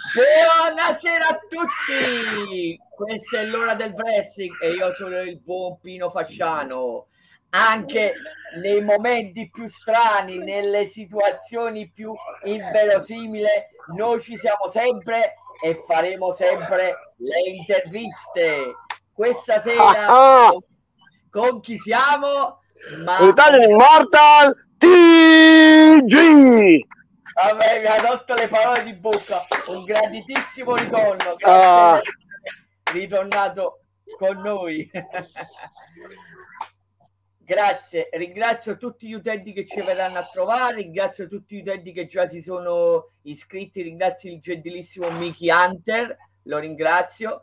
Buonasera a tutti, questa è l'ora del wrestling e io sono il buon Pino Fasciano. Anche nei momenti più strani, nelle situazioni più inverosimili, noi ci siamo sempre e faremo sempre le interviste. Questa sera con chi siamo? Italian Immortal TG. Vabbè, mi ha rotto le parole di bocca. Un grandissimo ritorno, grazie di essere ritornato con noi. Grazie, ringrazio tutti gli utenti che ci verranno a trovare, ringrazio tutti gli utenti che già si sono iscritti, ringrazio il gentilissimo Mickey Hunter, lo ringrazio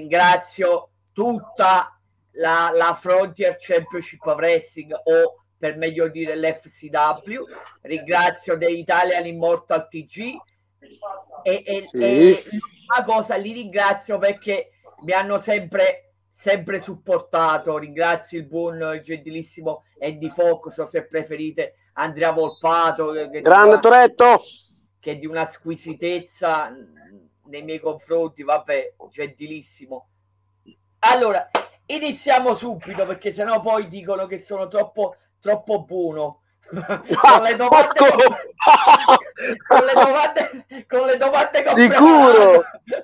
tutta la Frontier Championship of Wrestling, o per meglio dire l'FCW, ringrazio The Italian Immortal TG e una cosa, li ringrazio perché mi hanno sempre supportato. Ringrazio il buon gentilissimo Andy Fox, o se preferite Andrea Volpato, grande Toretto, che è di una squisitezza nei miei confronti, vabbè, gentilissimo. Allora, iniziamo subito, perché sennò poi dicono che sono troppo buono. Con le domande sicuro.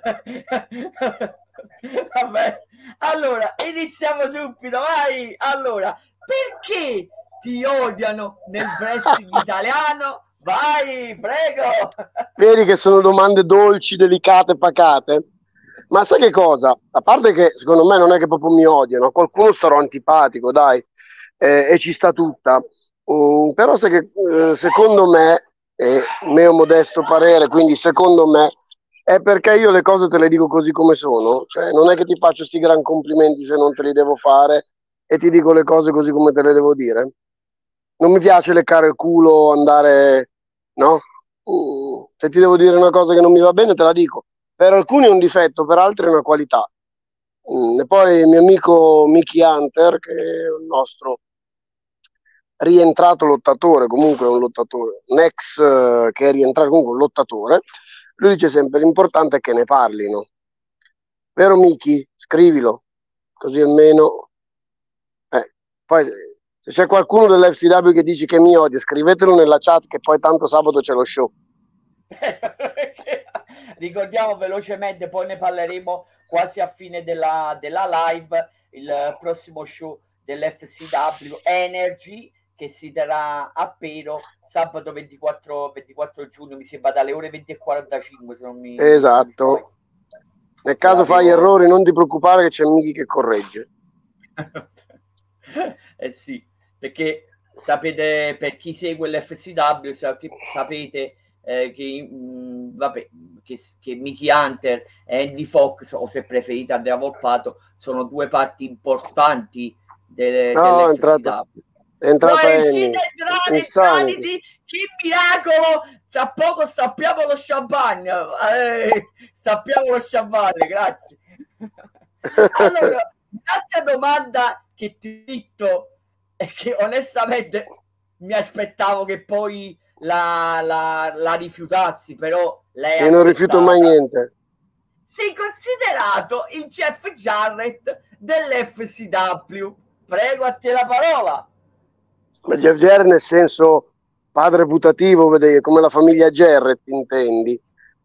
Vabbè, allora iniziamo subito, vai. Allora, perché ti odiano nel wrestling italiano? Vai, prego. Vedi che sono domande dolci, delicate, pacate. Ma sai che cosa? A parte che secondo me non è che proprio mi odiano, a qualcuno starò antipatico, dai, e ci sta tutta. Però sai che secondo me, mio modesto parere, quindi secondo me, è perché io le cose te le dico così come sono, cioè non è che ti faccio sti gran complimenti se non te li devo fare e ti dico le cose così come te le devo dire. Non mi piace leccare il culo, andare, no? Se ti devo dire una cosa che non mi va bene te la dico. Per alcuni è un difetto, per altri è una qualità. E poi il mio amico Mickey Hunter, che è il nostro rientrato lottatore, comunque è un lottatore, un ex che è rientrato comunque un lottatore, lui dice sempre l'importante è che ne parlino. Vero Mickey? Scrivilo, così almeno... Poi se c'è qualcuno dell'FCW che dice che mi odia, scrivetelo nella chat, che poi tanto sabato c'è lo show. Ricordiamo velocemente, poi ne parleremo quasi a fine della live, il prossimo show dell'FCW Energy, che si terrà a Pero sabato 24 giugno, mi sembra dalle ore 20:45, se non mi... Esatto. Nel caso fai errori non ti preoccupare, che c'è Miki che corregge. Sì, perché sapete, per chi segue l'FCW sapete vabbè, che Mickey Hunter e Andy Fox, o se preferite Andrea Volpato, sono due parti importanti dell'FCW. È entrata che miracolo, tra poco stappiamo lo champagne, grazie. Allora, un'altra domanda che ti dico è che onestamente mi aspettavo che poi la rifiutassi, però lei non rifiuto mai niente. Sei considerato il Jeff Jarrett dell'FCW. Prego, a te la parola. Ma Jeff Jarrett nel senso padre putativo, vede, come la famiglia Jarrett, intendi?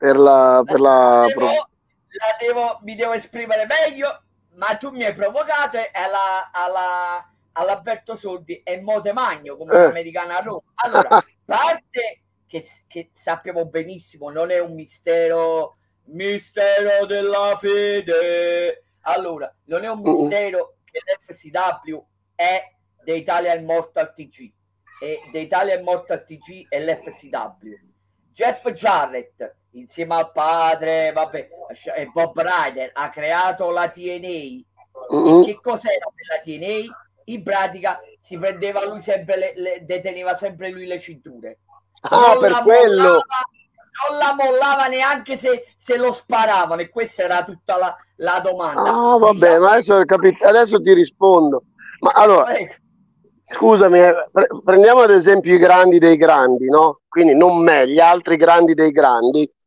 Mi devo esprimere meglio, ma tu mi hai provocato all'Alberto Sordi e Mote Magno come americana a Roma. Allora, parte che sappiamo benissimo, non è un mistero della fede. Allora, non è un mistero che l'FCW è The Italian Immortal TG, e The Italian Immortal TG è l'FCW. Jeff Jarrett, insieme al padre, vabbè, e Bob Ryder, ha creato la TNA. E che cos'era quella TNA? In pratica si prendeva lui sempre deteneva sempre lui le cinture. Non la mollava neanche se lo sparavano, e questa era tutta la domanda. Vabbè, ma adesso ho capito, adesso ti rispondo. Ma allora, scusami, prendiamo ad esempio i grandi dei grandi, no? Quindi non me, gli altri grandi dei grandi.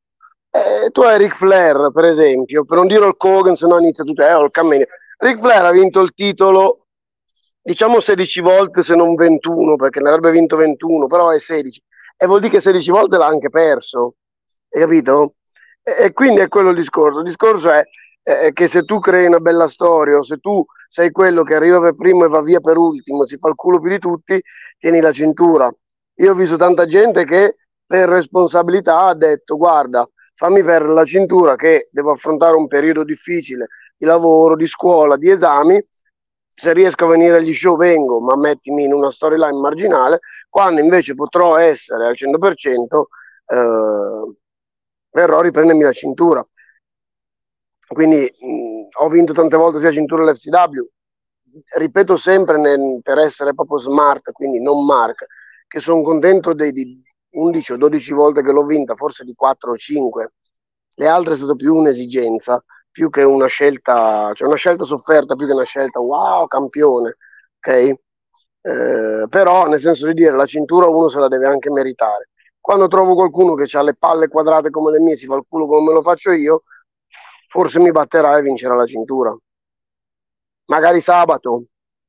Tu hai Ric Flair, per esempio, per non dire Hulk Hogan, se no inizia tutto, Hulk Hogan. Ric Flair ha vinto il titolo, diciamo 16 volte, se non 21, perché ne avrebbe vinto 21, però è 16. E vuol dire che 16 volte l'ha anche perso, hai capito? E quindi è quello il discorso. Il discorso è che se tu crei una bella storia, o se tu sei quello che arriva per primo e va via per ultimo, si fa il culo più di tutti, tieni la cintura. Io ho visto tanta gente che per responsabilità ha detto: guarda, fammi perdere la cintura che devo affrontare un periodo difficile di lavoro, di scuola, di esami. Se riesco a venire agli show vengo, ma mettimi in una storyline marginale, quando invece potrò essere al 100%, verrò a riprendermi la cintura. Quindi ho vinto tante volte sia cintura all'FCW, ripeto sempre per essere proprio smart, quindi non mark, che sono contento di 11 o 12 volte che l'ho vinta, forse di 4 o 5. Le altre è stato più un'esigenza, più che una scelta, cioè una scelta sofferta più che una scelta wow, campione, ok? Però nel senso di dire la cintura uno se la deve anche meritare. Quando trovo qualcuno che ha le palle quadrate come le mie, si fa il culo come me lo faccio io, forse mi batterà e vincerà la cintura. Magari sabato.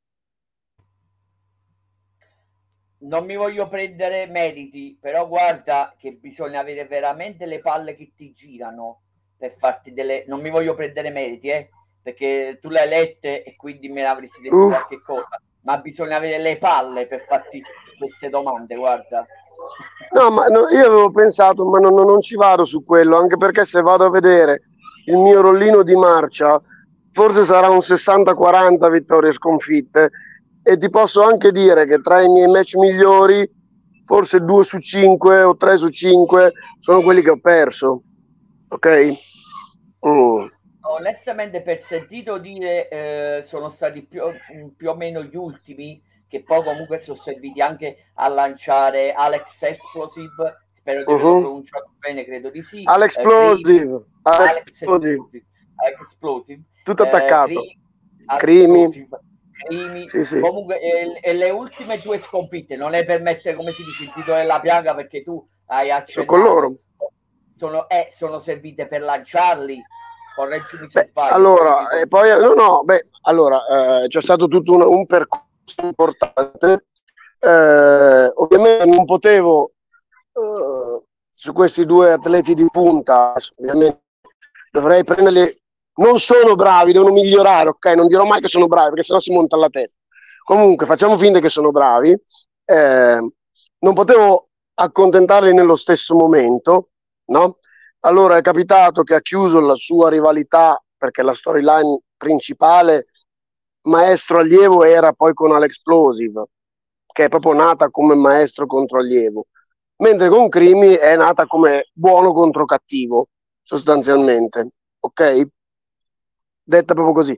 Non mi voglio prendere meriti, però guarda che bisogna avere veramente le palle che ti girano per farti delle... Non mi voglio prendere meriti, perché tu l'hai lette e quindi me ne avresti detto qualche cosa, ma bisogna avere le palle per farti queste domande, guarda. No, ma no, io avevo pensato, ma non ci vado su quello, anche perché se vado a vedere il mio rollino di marcia, forse sarà un 60-40 vittorie sconfitte, e ti posso anche dire che tra i miei match migliori, forse 2 su 5 o 3 su 5 sono quelli che ho perso, ok? Onestamente, per sentito dire, sono stati più o meno gli ultimi, che poi comunque sono serviti anche a lanciare Alex Explosive, spero di averlo pronunciato bene, credo di sì. Alex Explosive, Alex Explosive, tutto attaccato. Crimi. Sì. Comunque, e le ultime 2 sconfitte, non è per mettere, come si dice, il titolo della piaga, perché tu hai accennato, con loro. Sono servite per lanciarli. Correggimi se Beh, sbaglio. allora, poi allora, c'è stato tutto un percorso importante. Ovviamente non potevo su questi 2 atleti di punta, ovviamente dovrei prenderli. Non sono bravi, devono migliorare, ok? Non dirò mai che sono bravi, perché sennò si monta alla testa. Comunque, facciamo finta che sono bravi. Non potevo accontentarli nello stesso momento, no? Allora è capitato che ha chiuso la sua rivalità, perché la storyline principale maestro allievo era poi con Alex Explosive, che è proprio nata come maestro contro allievo, mentre con Crimi è nata come buono contro cattivo, sostanzialmente, ok? Detta proprio così.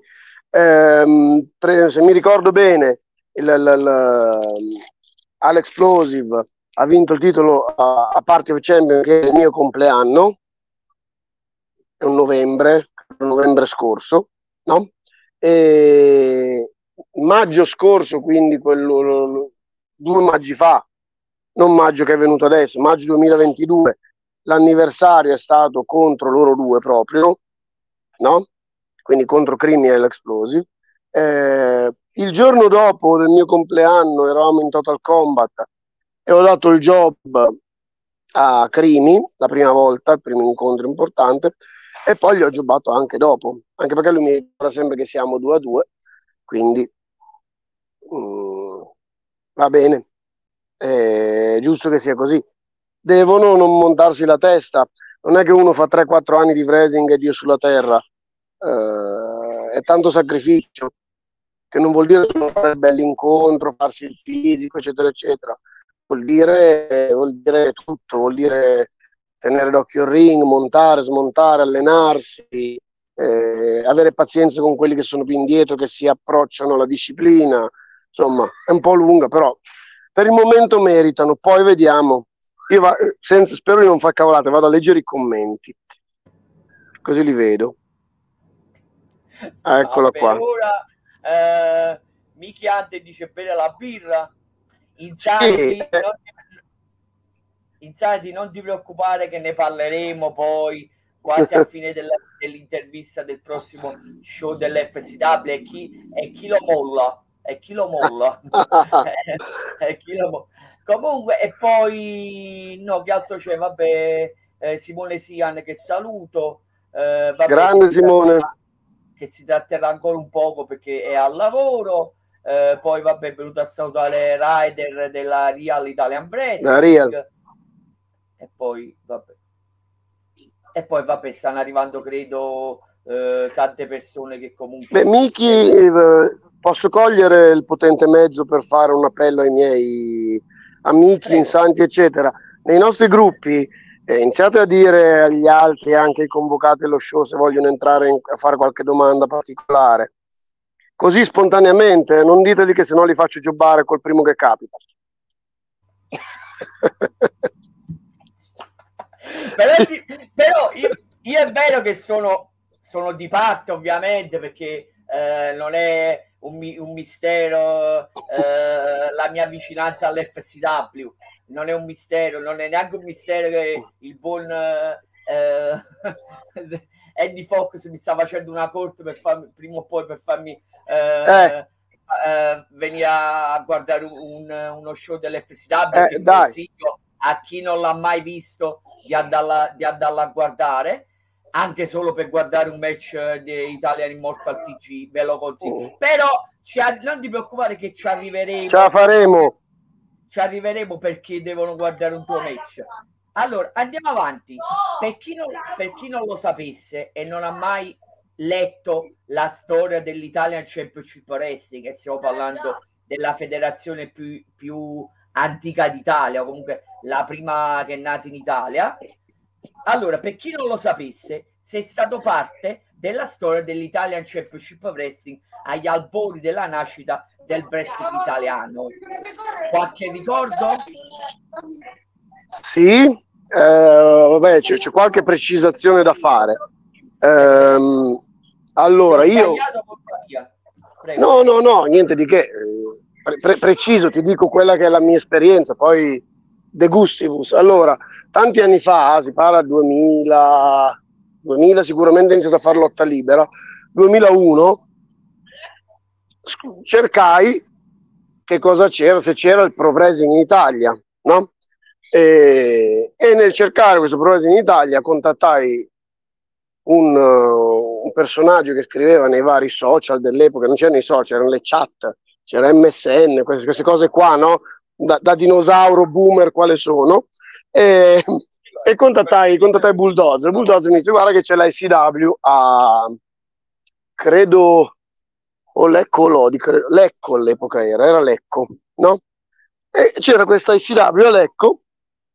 Se mi ricordo bene, Alex Explosive ha vinto il titolo a Party of Champions, che è il mio compleanno, è un novembre scorso, no? E maggio scorso, quindi 2 maggi fa, non maggio che è venuto adesso, maggio 2022, l'anniversario è stato contro loro due proprio, no? Quindi contro Crimi e l'Explosive. Il giorno dopo del mio compleanno eravamo in Total Combat e ho dato il job a Crimi la prima volta, il primo incontro importante, e poi gli ho giocato anche dopo, anche perché lui mi ricorda sempre che siamo 2-2, quindi va bene, è giusto che sia così. Devono non montarsi la testa, non è che uno fa 3-4 anni di wrestling e Dio sulla terra, è tanto sacrificio, che non vuol dire solo fare bell'incontro, farsi il fisico, eccetera, eccetera. Vuol dire tutto, vuol dire tenere d'occhio il ring, montare, smontare, allenarsi, avere pazienza con quelli che sono più indietro, che si approcciano alla disciplina. Insomma, è un po' lunga, però per il momento meritano. Poi vediamo. Spero di non far cavolate, vado a leggere i commenti, così li vedo. Eccola qua. Ora Michiante dice bere la birra. Insanity, non ti preoccupare che ne parleremo poi quasi a fine dell'intervista del prossimo show dell'FCW, e chi lo molla, e chi lo molla. Comunque, e poi no, che altro c'è? Vabbè, Simone Sian, che saluto, vabbè, Grande Simone, che si tratterà ancora un poco perché è al lavoro. Poi vabbè, è venuto a salutare Ryder della Real Italian Wrestling, e poi vabbè, stanno arrivando, credo, tante persone che comunque... Beh, Miki, posso cogliere il potente mezzo per fare un appello ai miei amici, insanti, eccetera. Nei nostri gruppi iniziate a dire agli altri, anche ai convocati allo show, se vogliono entrare a fare qualche domanda particolare. Così spontaneamente, non diteli che se no li faccio giocare col primo che capita. però io è vero che sono di parte, ovviamente, perché non è un mistero la mia vicinanza all'FCW, non è un mistero, non è neanche un mistero che il buon Eddie Fox mi sta facendo una corte per farmi, prima o poi, per farmi venire a guardare uno show dell'FCW, che consiglio a chi non l'ha mai visto di andarla a guardare, anche solo per guardare un match di Italian Immortal TG, ve lo consiglio. Però non ti preoccupare che ci arriveremo. Ce la faremo. Ci arriveremo, perché devono guardare un tuo match. Allora, andiamo avanti. Per chi non lo sapesse e non ha mai letto la storia dell'Italian Championship Wrestling, che stiamo parlando della federazione più antica d'Italia, o comunque la prima che è nata in Italia. Allora, per chi non lo sapesse, sei stato parte della storia dell'Italian Championship Wrestling agli albori della nascita del wrestling italiano. Qualche ricordo? Sì, vabbè, c'è qualche precisazione da fare. Allora, io... No, niente di che. Preciso, ti dico quella che è la mia esperienza, poi de gustibus. Allora, tanti anni fa, si parla 2000 sicuramente ho iniziato a fare lotta libera, 2001, cercai che cosa c'era, se c'era il Pro Wrestling in Italia, no? E nel cercare questo Pro Wrestling in Italia contattai un personaggio che scriveva nei vari social dell'epoca, non c'erano i social, erano le chat, c'era MSN, queste cose qua, no? Da dinosauro boomer quale sono, e contattai Bulldozer. Bulldozer mi disse: guarda che c'è la ICW a, credo, o Lecco o Lodi, Lecco all'epoca era Lecco, no? E c'era questa ICW a Lecco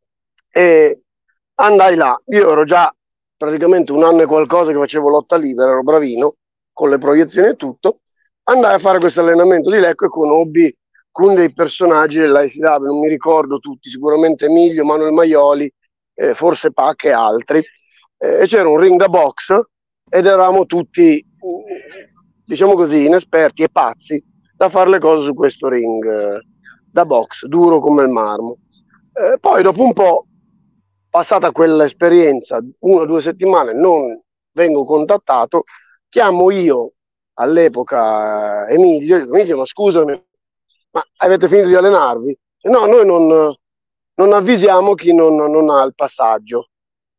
e andai là. Io ero già praticamente un anno e qualcosa che facevo lotta libera, ero bravino con le proiezioni e tutto. Andai a fare questo allenamento di Lecco e conobbi con dei personaggi dell'ICW, non mi ricordo tutti, sicuramente Emilio, Manuel Maioli, forse Pac e altri, e c'era un ring da box ed eravamo tutti, diciamo così, inesperti e pazzi da fare le cose su questo ring da box, duro come il marmo. Poi dopo un po', passata quell'esperienza, 1 o 2 settimane, non vengo contattato, chiamo io all'epoca Emilio, dico: Emilio, ma scusami, ma avete finito di allenarvi? No, noi non avvisiamo chi non ha il passaggio.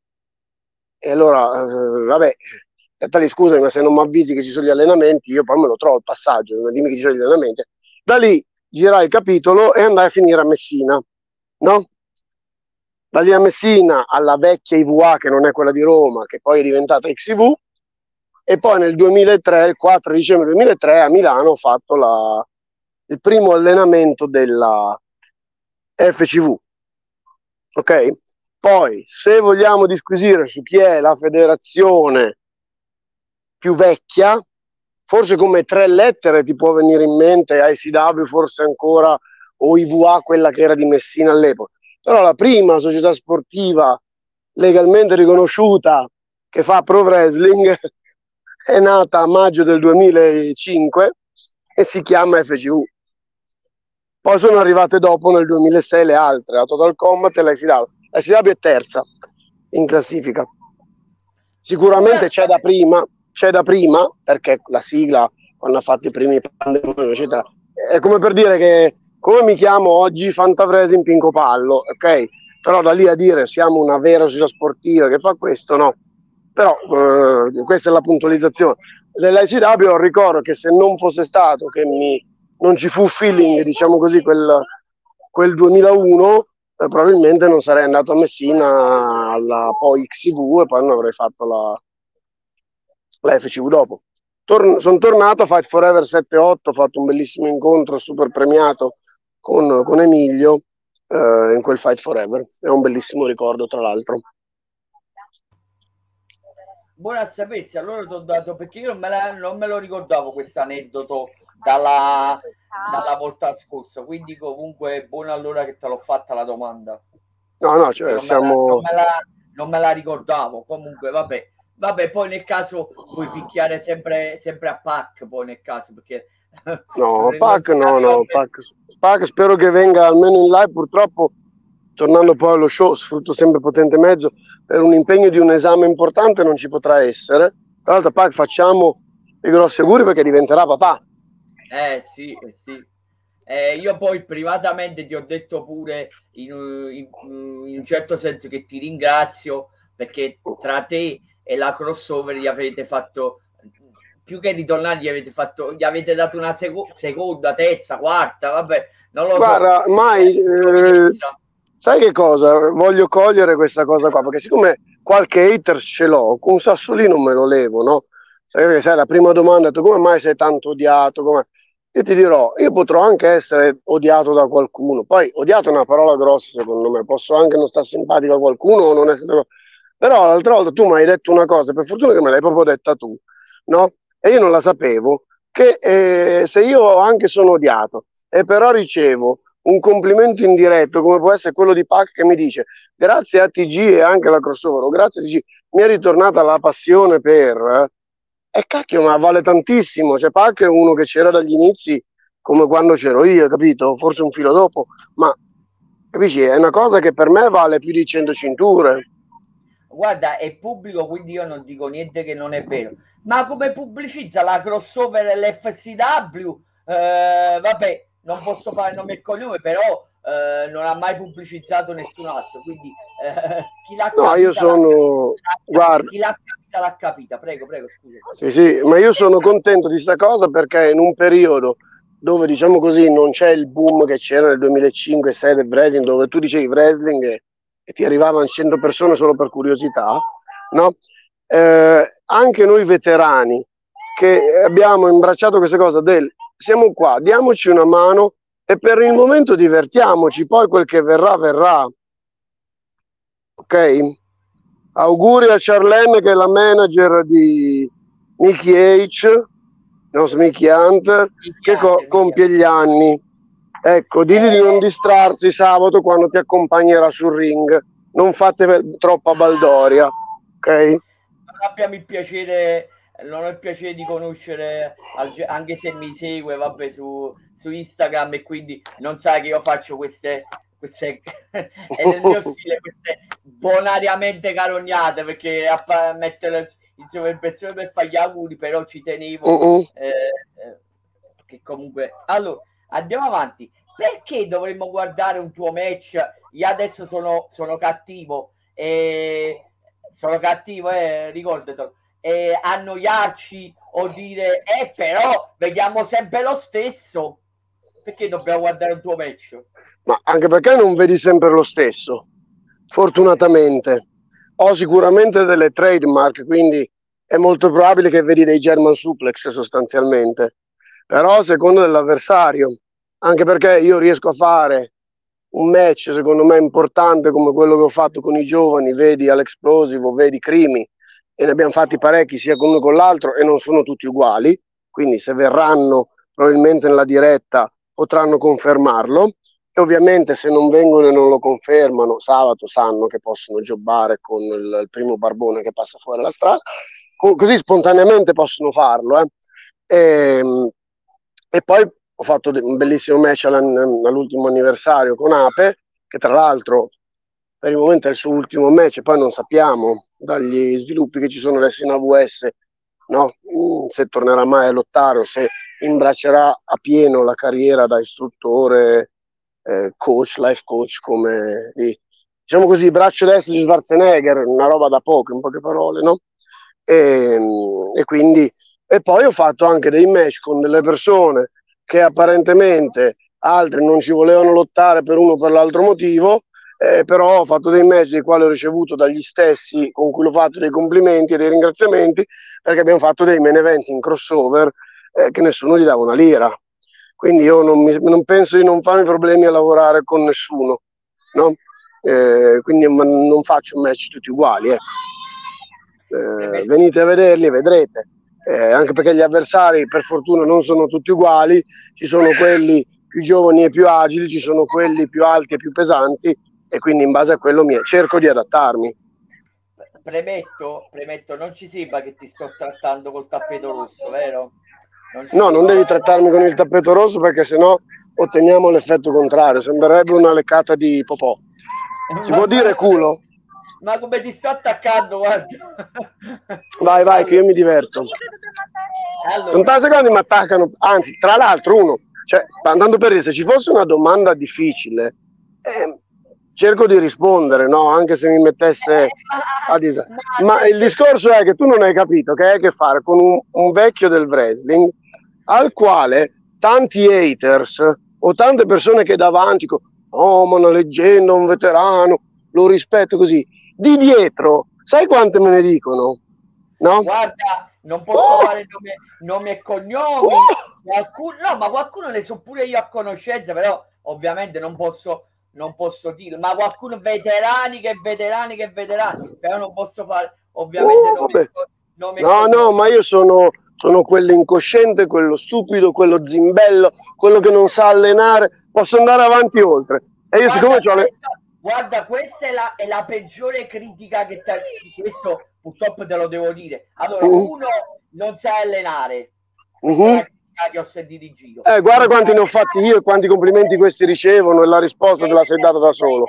E allora, vabbè, scusami, ma se non mi avvisi che ci sono gli allenamenti, io poi me lo trovo il passaggio, non dimmi che ci sono gli allenamenti. Da lì girai il capitolo e andai a finire a Messina, no? Da lì a Messina alla vecchia IVA, che non è quella di Roma, che poi è diventata XIV, e poi nel 2003, il 4 dicembre 2003, a Milano ho fatto il primo allenamento della FCV. Ok? Poi, se vogliamo disquisire su chi è la federazione più vecchia, forse come 3 lettere ti può venire in mente ICW, forse ancora, o IVA, quella che era di Messina all'epoca. Però la prima società sportiva legalmente riconosciuta che fa pro wrestling è nata a maggio del 2005 e si chiama FGU. Poi sono arrivate dopo nel 2006 le altre, la Total Combat e la ICW. La ICW è terza in classifica. Sicuramente c'è da prima, perché la sigla, quando ha fatto i primi pandemoni, eccetera, è come per dire che, come mi chiamo oggi, Fantavresi in Pinco Pallo, ok? Però da lì a dire siamo una vera società sportiva che fa questo, no. Però questa è la puntualizzazione. Dell'ICW ricordo che se non fosse stato che non ci fu feeling, diciamo così, quel 2001, probabilmente non sarei andato a Messina alla poi XV e poi non avrei fatto la FCV dopo. Sono tornato a Fight Forever 7-8, ho fatto un bellissimo incontro super premiato con Emilio in quel Fight Forever. È un bellissimo ricordo, tra l'altro. Buona a sapersi, allora ti ho dato, perché io non me lo ricordavo questo aneddoto dalla volta scorsa, quindi comunque buono allora che te l'ho fatta la domanda. No, cioè siamo... Non me la ricordavo, comunque vabbè, poi nel caso puoi picchiare sempre a Pac, poi nel caso, perché... No, Pac no, Pac spero che venga almeno in live, purtroppo tornando poi allo show, sfrutto sempre Potente Mezzo, per un impegno di un esame importante non ci potrà essere. Tra l'altro Pac facciamo i grossi auguri perché diventerà papà. Sì. Io poi privatamente ti ho detto pure in un certo senso che ti ringrazio, perché tra te e la crossover gli avete fatto, più che ritornare, gli avete dato una seconda, terza, quarta, vabbè, non lo so. Guarda, sai che cosa? Voglio cogliere questa cosa qua, perché siccome qualche hater ce l'ho, con Sassolino me lo levo, no? Sai, la prima domanda, come mai sei tanto odiato? Io ti dirò, io potrò anche essere odiato da qualcuno, poi odiato è una parola grossa secondo me, posso anche non stare simpatico a qualcuno o non essere... Però l'altra volta tu mi hai detto una cosa, per fortuna che me l'hai proprio detta tu, no? E io non la sapevo, che se io anche sono odiato e però ricevo un complimento indiretto come può essere quello di Pac che mi dice grazie a TG e anche alla crossover o grazie a TG mi è ritornata la passione per e cacchio, ma vale tantissimo. Cioè Pac è uno che c'era dagli inizi come quando c'ero io, capito? Forse un filo dopo, ma capisci, è una cosa che per me vale più di 100 cinture. Guarda, è pubblico, quindi io non dico niente che non è vero. Ma come pubblicizza la crossover e l'FCW? Vabbè, non posso fare nome e cognome, però non ha mai pubblicizzato nessun altro. Quindi chi l'ha No, io sono... Guarda, chi l'ha capita l'ha capita. Prego, scusa. Sì, ma io sono contento di sta cosa perché in un periodo dove, diciamo così, non c'è il boom che c'era nel 2005-2006 del wrestling, dove tu dicevi wrestling e ti arrivavano 100 persone solo per curiosità, no? Anche noi veterani che abbiamo imbracciato questa cosa del siamo qua, diamoci una mano e per il momento divertiamoci, poi quel che verrà, verrà. Ok? Auguri a Charlene che è la manager di Mickey H, no, Mickey Hunter, che compie gli anni. Ecco, digli di non distrarsi sabato quando ti accompagnerà sul ring. Non fate troppa baldoria, ok? Non ho il piacere di conoscere, anche se mi segue, vabbè, su Instagram, e quindi non sa che io faccio queste è nel mio stile, queste bonariamente carognate, perché a mettere in sovraimpressione per fare gli auguri, però ci tenevo che comunque... Allora, andiamo avanti. Perché dovremmo guardare un tuo match? Io adesso sono cattivo, ricordatelo, annoiarci o dire però vediamo sempre lo stesso. Perché dobbiamo guardare un tuo match? Ma anche perché non vedi sempre lo stesso, fortunatamente. Ho sicuramente delle trademark, quindi è molto probabile che vedi dei German suplex sostanzialmente, però a seconda dell'avversario, anche perché io riesco a fare un match secondo me importante come quello che ho fatto con i giovani, vedi all'Explosivo, vedi Crimi, e ne abbiamo fatti parecchi sia con uno che con l'altro e non sono tutti uguali, quindi se verranno probabilmente nella diretta potranno confermarlo. E ovviamente se non vengono e non lo confermano, sabato sanno che possono jobbare con il primo barbone che passa fuori la strada, così spontaneamente possono farlo. E poi ho fatto un bellissimo match all'ultimo anniversario con Ape, che tra l'altro per il momento è il suo ultimo match, poi non sappiamo dagli sviluppi che ci sono adesso in AWS, no? Se tornerà mai a lottare o se imbraccerà a pieno la carriera da istruttore, coach, life coach, come diciamo così, braccio destro di Schwarzenegger, una roba da poco, in poche parole, no? E quindi, e poi ho fatto anche dei match con delle persone che apparentemente altri non ci volevano lottare per uno o per l'altro motivo, però ho fatto dei match dei quali ho ricevuto dagli stessi con cui l'ho fatto dei complimenti e dei ringraziamenti, perché abbiamo fatto dei main event in crossover che nessuno gli dava una lira. Quindi io non penso di non farmi problemi a lavorare con nessuno, no? Quindi non faccio match tutti uguali, ecco. Venite a vederli e vedrete, anche perché gli avversari per fortuna non sono tutti uguali, ci sono quelli più giovani e più agili, ci sono quelli più alti e più pesanti, e quindi in base a quello cerco di adattarmi. Premetto, non ci sembra che ti sto trattando col tappeto rosso, vero? Non devi trattarmi con il tappeto rosso, perché sennò otteniamo l'effetto contrario, sembrerebbe una leccata di popò. Si può dire culo? Ma come ti sto attaccando, guarda. Vai, allora, che io mi diverto. Allora. Sono 3 secondi mi attaccano, anzi, tra l'altro cioè, andando per dire, se ci fosse una domanda difficile, cerco di rispondere, no? Anche se mi mettesse a disagio. Ma il discorso è che tu non hai capito che hai a che fare con un vecchio del wrestling al quale tanti haters o tante persone che davanti, oh, ma una leggenda, un veterano, lo rispetto così. Di dietro, sai quante me ne dicono? No? Guarda, non posso fare nomi e cognomi. No, ma qualcuno ne so pure io a conoscenza, però ovviamente non posso dire. Ma qualcuno veterani, però non posso fare ovviamente nomi No, ma io sono quello incosciente, quello stupido, quello zimbello, quello che non sa allenare. Posso andare avanti oltre. E io siccome Guarda, questa è la peggiore critica che questo purtroppo te lo devo dire. Allora, uno non sa allenare. Che ho sentito in giro. Guarda quanti ne ho fatti io e quanti complimenti questi ricevono, e la risposta te la sei data da solo.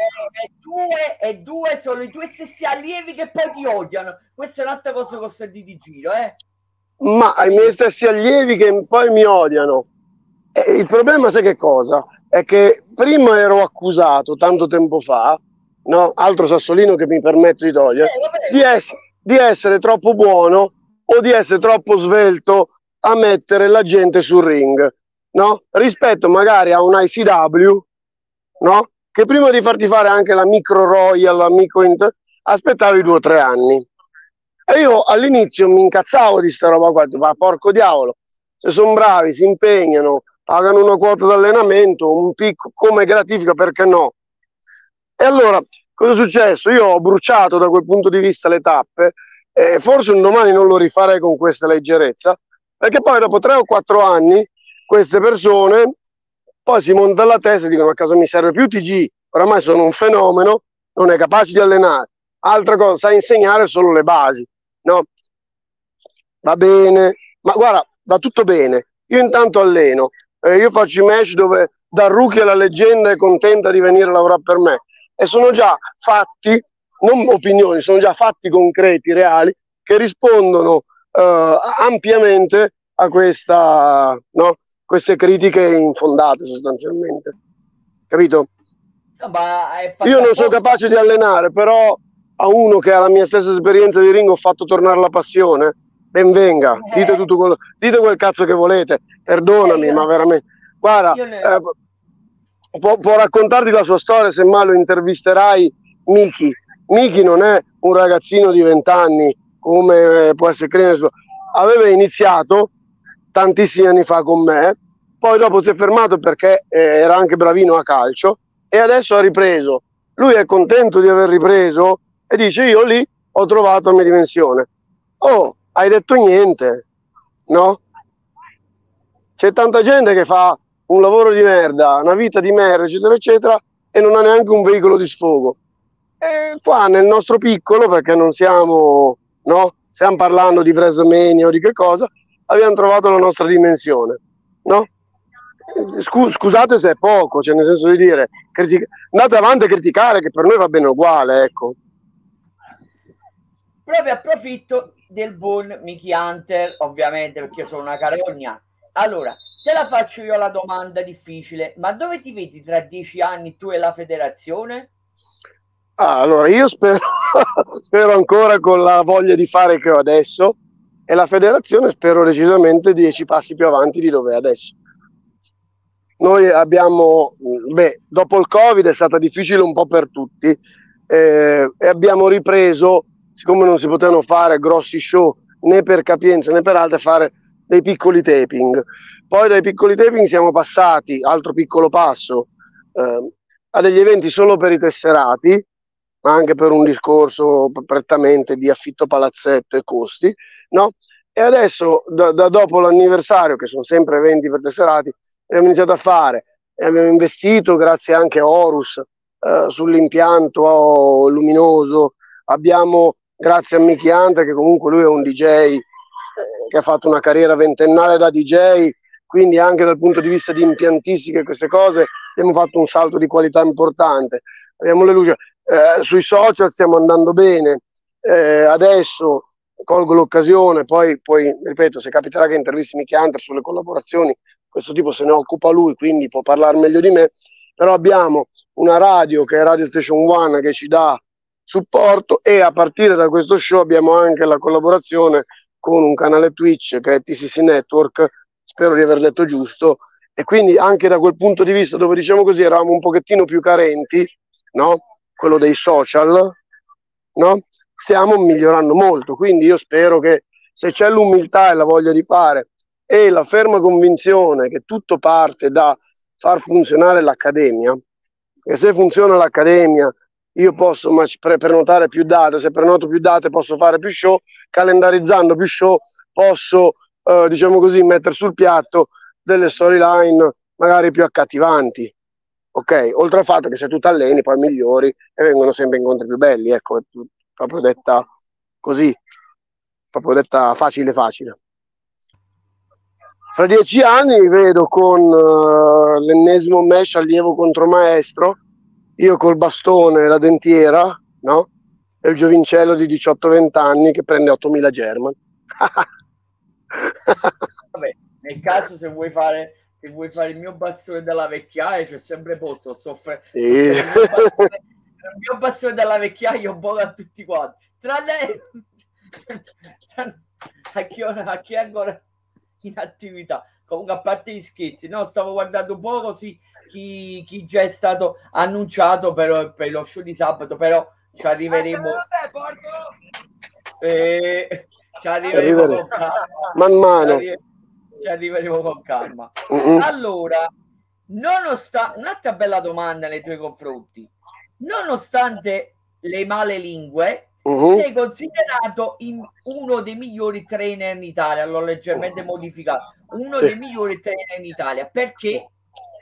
E due sono i tuoi stessi allievi che poi ti odiano. Questa è un'altra cosa che ho sentito in giro, Ma i miei stessi allievi che poi mi odiano. Il problema, sai che cosa? È che prima ero accusato tanto tempo fa, no? Altro sassolino che mi permetto di togliere, di essere troppo buono o di essere troppo svelto a mettere la gente sul ring, no? Rispetto magari a un ICW, no? Che prima di farti fare anche la micro royal, la micro aspettavi 2 o 3 anni. E io all'inizio mi incazzavo di sta roba qua, ma porco diavolo, se sono bravi, si impegnano, pagano una quota d'allenamento, un picco come gratifica, perché no? E allora, cosa è successo? Io ho bruciato da quel punto di vista le tappe, e forse un domani non lo rifarei con questa leggerezza, perché poi dopo 3 o 4 anni queste persone poi si montano la testa e dicono: a cosa mi serve più TG? Oramai sono un fenomeno, non è capace di allenare. Altra cosa, sa insegnare solo le basi, no? Va bene, ma guarda, va tutto bene. Io intanto alleno, io faccio i match dove dal rookie alla leggenda è contenta di venire a lavorare per me, e sono già fatti, non opinioni, sono già fatti concreti, reali, che rispondono ampiamente a queste critiche infondate, sostanzialmente, capito? Io non sono capace di allenare, però a uno che ha la mia stessa esperienza di ring ho fatto tornare la passione. Ben venga, dite quel cazzo che volete, perdonami, ma veramente, guarda, può raccontarti la sua storia, se mai lo intervisterai. Miki non è un ragazzino di 20 anni come può essere Crenesbo. Aveva iniziato tantissimi anni fa con me, poi dopo si è fermato perché era anche bravino a calcio, e adesso ha ripreso. Lui è contento di aver ripreso e dice: io lì ho trovato la mia dimensione. Oh, hai detto niente, no? C'è tanta gente che fa un lavoro di merda, una vita di merda, eccetera, eccetera, e non ha neanche un veicolo di sfogo. E qua nel nostro piccolo, perché non siamo, no? Stiamo parlando di WrestleMania o di che cosa, abbiamo trovato la nostra dimensione, no? Scusate se è poco, cioè nel senso di dire, andate avanti a criticare che per noi va bene uguale, ecco. Proprio approfitto del buon Mickey Hunter, ovviamente perché io sono una carogna. Allora, te la faccio io la domanda difficile, ma dove ti vedi tra 10 anni tu e la federazione? Allora, io spero, spero ancora con la voglia di fare che ho adesso, e la federazione spero decisamente 10 passi più avanti di dove è adesso. Noi abbiamo, dopo il Covid è stata difficile un po' per tutti, e abbiamo ripreso, siccome non si potevano fare grossi show né per capienza né per altre, fare dei piccoli taping. Poi dai piccoli taping siamo passati, altro piccolo passo, a degli eventi solo per i tesserati, ma anche per un discorso prettamente di affitto palazzetto e costi, no? E adesso, dopo l'anniversario, che sono sempre eventi per tesserati, abbiamo iniziato a fare e abbiamo investito, grazie anche a Horus, sull'impianto luminoso. Abbiamo, grazie a Mickey Hunter, che comunque lui è un DJ che ha fatto una carriera ventennale da DJ, quindi anche dal punto di vista di impiantistica e queste cose abbiamo fatto un salto di qualità importante. Abbiamo le luci, sui social stiamo andando bene, adesso colgo l'occasione, poi ripeto, se capiterà che intervisti Mickey Hunter sulle collaborazioni, questo tipo se ne occupa lui, quindi può parlare meglio di me, però abbiamo una radio che è Radio Station One che ci dà supporto, e a partire da questo show abbiamo anche la collaborazione con un canale Twitch che è TCC Network, spero di aver detto giusto, e quindi anche da quel punto di vista, dove diciamo così eravamo un pochettino più carenti, no? Quello dei social, no? Stiamo migliorando molto, quindi io spero che, se c'è l'umiltà e la voglia di fare e la ferma convinzione che tutto parte da far funzionare l'accademia, e se funziona l'accademia io posso prenotare più date, se prenoto più date posso fare più show, calendarizzando più show posso, diciamo così, mettere sul piatto delle storyline magari più accattivanti, ok? Oltre al fatto che se tu ti alleni poi migliori e vengono sempre incontri più belli, ecco, proprio detta così, proprio detta facile facile. Fra 10 anni vedo con l'ennesimo match allievo contro maestro, io col bastone e la dentiera, no? E il giovincello di 18-20 anni che prende 8.000 German. Vabbè, nel caso se vuoi fare il mio bastone della vecchiaia, c'è sempre posto. Il mio bastone della vecchiaia un po' da tutti quanti, tra lei a chi è ancora in attività. Comunque, a parte gli scherzi, no, stavo guardando un po' così chi già è stato annunciato per lo show di sabato, però ci arriveremo. Ci arriveremo con calma. Man mano. Ci arriveremo con calma. Allora, un'altra bella domanda nei tuoi confronti. Nonostante le male lingue, sei considerato uno dei migliori trainer in Italia. L'ho leggermente modificato. Uno dei migliori trainer in Italia. Perché?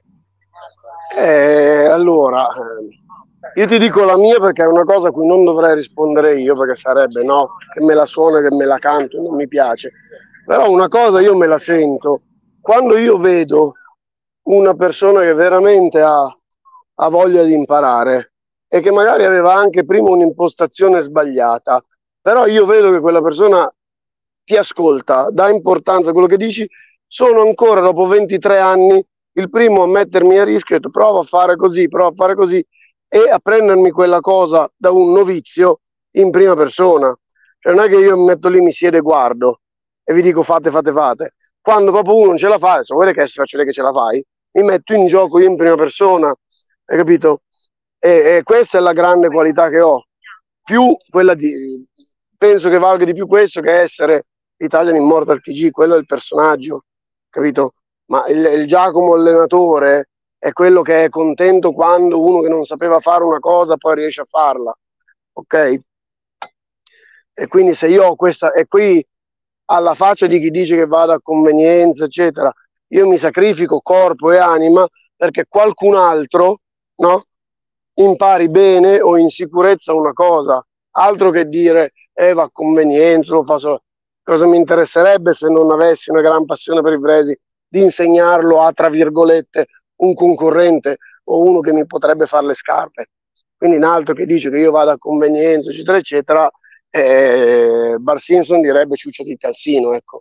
Allora, io ti dico la mia, perché è una cosa a cui non dovrei rispondere io, perché sarebbe, no, che me la suono, che me la canto, non mi piace. Però una cosa io me la sento: quando io vedo una persona che veramente ha voglia di imparare e che magari aveva anche prima un'impostazione sbagliata, però io vedo che quella persona ti ascolta, dà importanza a quello che dici, sono ancora dopo 23 anni il primo a mettermi a rischio e prova a fare così e a prendermi quella cosa da un novizio in prima persona. Cioè non è che io mi metto lì, mi siedo e guardo e vi dico fate. Quando proprio uno non ce la fa, adesso vuoi che si faccia che ce la fai, mi metto in gioco io in prima persona, hai capito? E questa è la grande qualità che ho, più quella penso che valga di più questo che essere Italian Immortal TG, quello è il personaggio, capito? Ma il Giacomo allenatore è quello che è contento quando uno che non sapeva fare una cosa poi riesce a farla, ok? E quindi se io ho questa, e qui alla faccia di chi dice che vado a convenienza eccetera, io mi sacrifico corpo e anima perché qualcun altro, no, impari bene o in sicurezza una cosa, altro che dire va a convenienza, lo fa solo. Cosa mi interesserebbe se non avessi una gran passione per i fresi di insegnarlo a, tra virgolette, un concorrente o uno che mi potrebbe fare le scarpe. Quindi un altro che dice che io vado a convenienza, eccetera, eccetera, Bart Simpson direbbe ciucciati il calzino, ecco.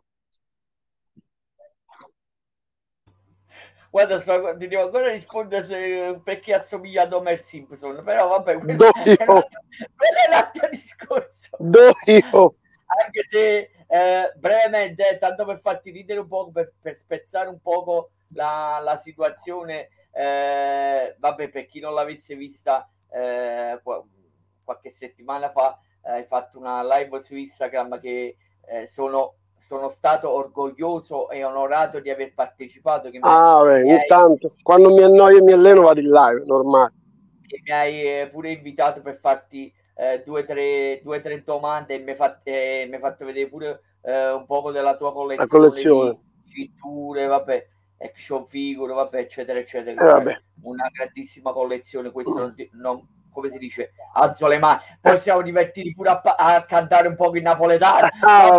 Guarda, ti devo ancora rispondere perché assomiglia ad Homer Simpson, però vabbè, quello è un altro discorso. Anche se brevemente, tanto per farti ridere un po', per spezzare un poco la situazione, vabbè, per chi non l'avesse vista qualche settimana fa, hai fatto una live su Instagram che sono stato orgoglioso e onorato di aver partecipato. Che ogni tanto, quando mi annoio e mi alleno vado in live, normale. Che mi hai pure invitato per farti due o tre domande e mi hai fatto vedere pure un poco della tua collezione. Di cinture, vabbè, action figure, vabbè, eccetera, eccetera. Vabbè. Una grandissima collezione, questo non, come si dice, alzo le mani. Poi siamo divertiti pure a cantare un po' in napoletano.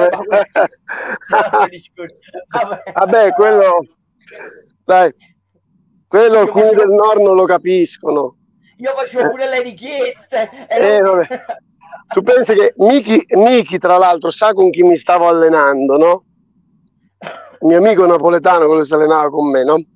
Vabbè, quello, dai, quello alcuni del nord non lo capiscono. Io facevo pure le richieste. Vabbè. Tu pensi che Miki, tra l'altro, sa con chi mi stavo allenando, no? Il mio amico napoletano, quello che si allenava con me, no?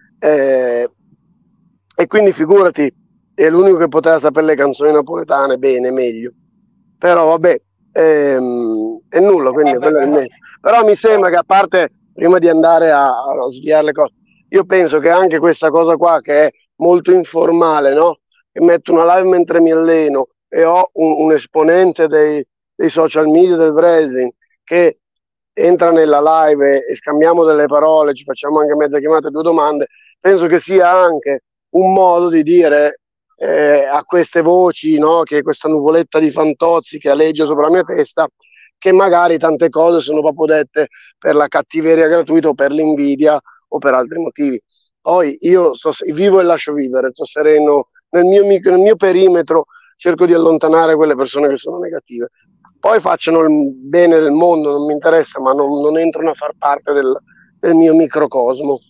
E quindi figurati, è l'unico che poteva sapere le canzoni napoletane bene, meglio. Però vabbè, è nulla, quindi quello è il meglio. Però mi sembra che, a parte, prima di andare a sviare le cose, io penso che anche questa cosa qua, che è molto informale, no? Che metto una live mentre mi alleno e ho un esponente dei social media del wrestling che entra nella live e scambiamo delle parole, ci facciamo anche mezza chiamata e 2 domande, penso che sia anche un modo di dire a queste voci, no? Che questa nuvoletta di fantozzi che aleggia sopra la mia testa, che magari tante cose sono proprio dette per la cattiveria gratuita o per l'invidia o per altri motivi. Poi io vivo e lascio vivere, sto sereno nel mio perimetro, cerco di allontanare quelle persone che sono negative. Poi facciano il bene del mondo, non mi interessa, ma non entrano a far parte del mio microcosmo.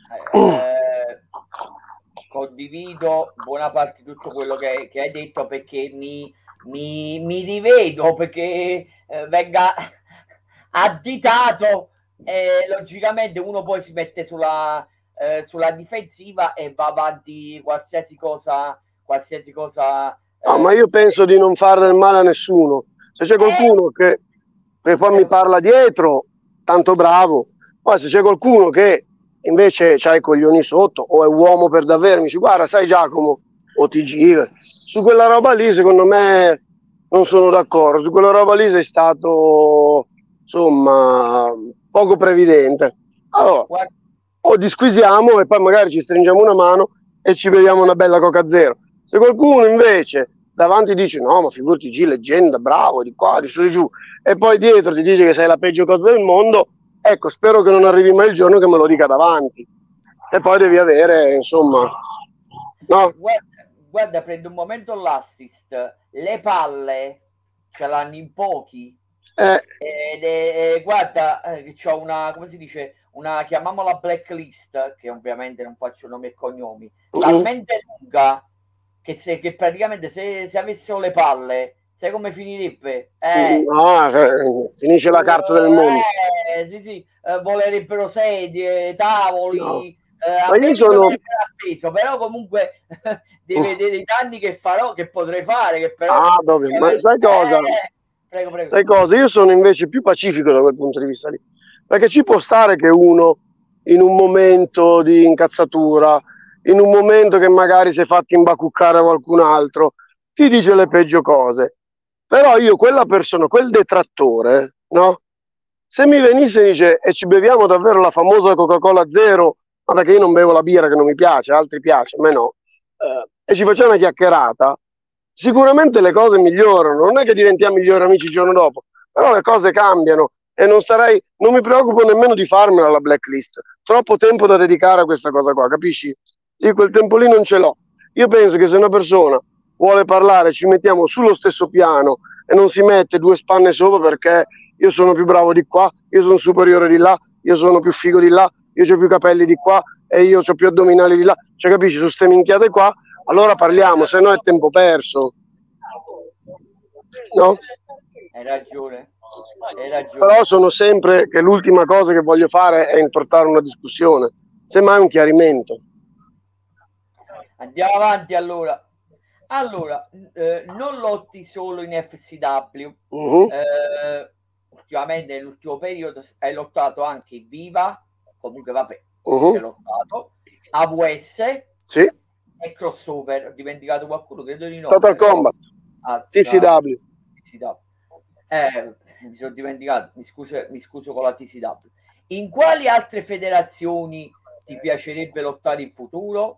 Condivido buona parte di tutto quello che hai detto, perché mi rivedo, perché venga additato e logicamente uno poi si mette sulla difensiva e va avanti qualsiasi cosa. No, ma io penso di non fare del male a nessuno. Se c'è qualcuno che poi mi parla dietro, tanto bravo. Poi se c'è qualcuno che invece c'ha i coglioni sotto o è uomo per davvero, mi dice guarda, sai Giacomo, o ti gira, su quella roba lì secondo me non sono d'accordo, su quella roba lì sei stato insomma poco previdente. Allora o disquisiamo e poi magari ci stringiamo una mano e ci beviamo una bella Coca Zero. Se qualcuno invece davanti dice no, ma figurati G, leggenda, bravo, di qua, di su, di giù, e poi dietro ti dice che sei la peggio cosa del mondo, ecco, spero che non arrivi mai il giorno che me lo dica davanti. E poi devi avere, insomma, no? Guarda, prendo un momento l'assist, le palle ce l'hanno in pochi. Guarda, c'ho una, come si dice, chiamiamola blacklist, che ovviamente non faccio nomi e cognomi, talmente lunga che praticamente se avessero le palle, sai come finirebbe? Finisce la carta del mondo. Sì, volerebbero sedie, tavoli. No. Ma io sono appeso, però comunque devi vedere i danni che farò, che potrei fare, che però ma sai cosa? Prego. Sai cosa? Io sono invece più pacifico da quel punto di vista lì, perché ci può stare che uno in un momento di incazzatura, in un momento che magari si è fatto imbacuccare qualcun altro, ti dice le peggio cose, però io quella persona, quel detrattore, no? Se mi venisse e dice e ci beviamo davvero la famosa Coca-Cola Zero, ma perché io non bevo la birra che non mi piace, altri piace, a me no, e ci facciamo una chiacchierata, sicuramente le cose migliorano, non è che diventiamo migliori amici il giorno dopo, però le cose cambiano e non mi preoccupo nemmeno di farmela la blacklist, troppo tempo da dedicare a questa cosa qua, capisci? Io quel tempo lì non ce l'ho. Io penso che se una persona vuole parlare, ci mettiamo sullo stesso piano e non si mette 2 spanne sopra perché io sono più bravo di qua, io sono superiore di là, io sono più figo di là, io ho più capelli di qua e io ho più addominali di là, cioè capisci, su ste minchiate qua, allora parliamo, se no è tempo perso. No? Hai ragione. Però sono sempre che l'ultima cosa che voglio fare è importare una discussione, semmai un chiarimento. Andiamo avanti allora. Allora, non lotti solo in FCW. Ultimamente nell'ultimo periodo hai lottato anche in Viva, comunque vabbè, hai lottato, AWS, sì, e Crossover. Ho dimenticato qualcuno, credo di no. Total Combat, TCW. Mi sono dimenticato, mi scuso con la TCW. In quali altre federazioni ti piacerebbe lottare in futuro?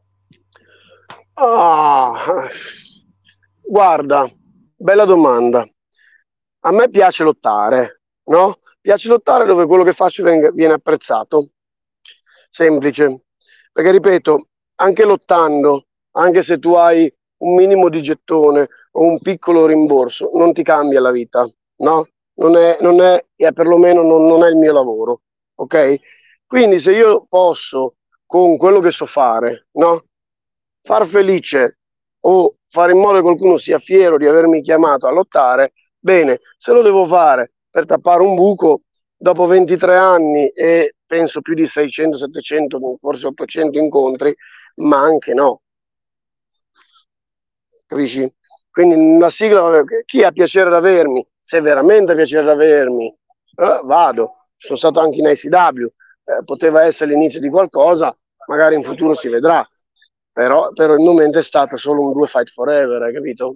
Guarda, bella domanda. A me piace lottare, no? Piace lottare dove quello che faccio viene apprezzato. Semplice. Perché ripeto, anche lottando, anche se tu hai un minimo di gettone o un piccolo rimborso, non ti cambia la vita, no? Non è perlomeno non è il mio lavoro, ok? Quindi se io posso, con quello che so fare, no? Far felice o fare in modo che qualcuno sia fiero di avermi chiamato a lottare, bene. Se lo devo fare per tappare un buco, dopo 23 anni e penso più di 600, 700, forse 800 incontri, ma anche no. Capisci? Quindi una sigla, chi ha piacere ad avermi, se veramente ha piacere ad avermi, vado. Sono stato anche in ICW, poteva essere l'inizio di qualcosa, magari in futuro si vedrà, però per il momento è stato solo un 2 Fight Forever, hai capito?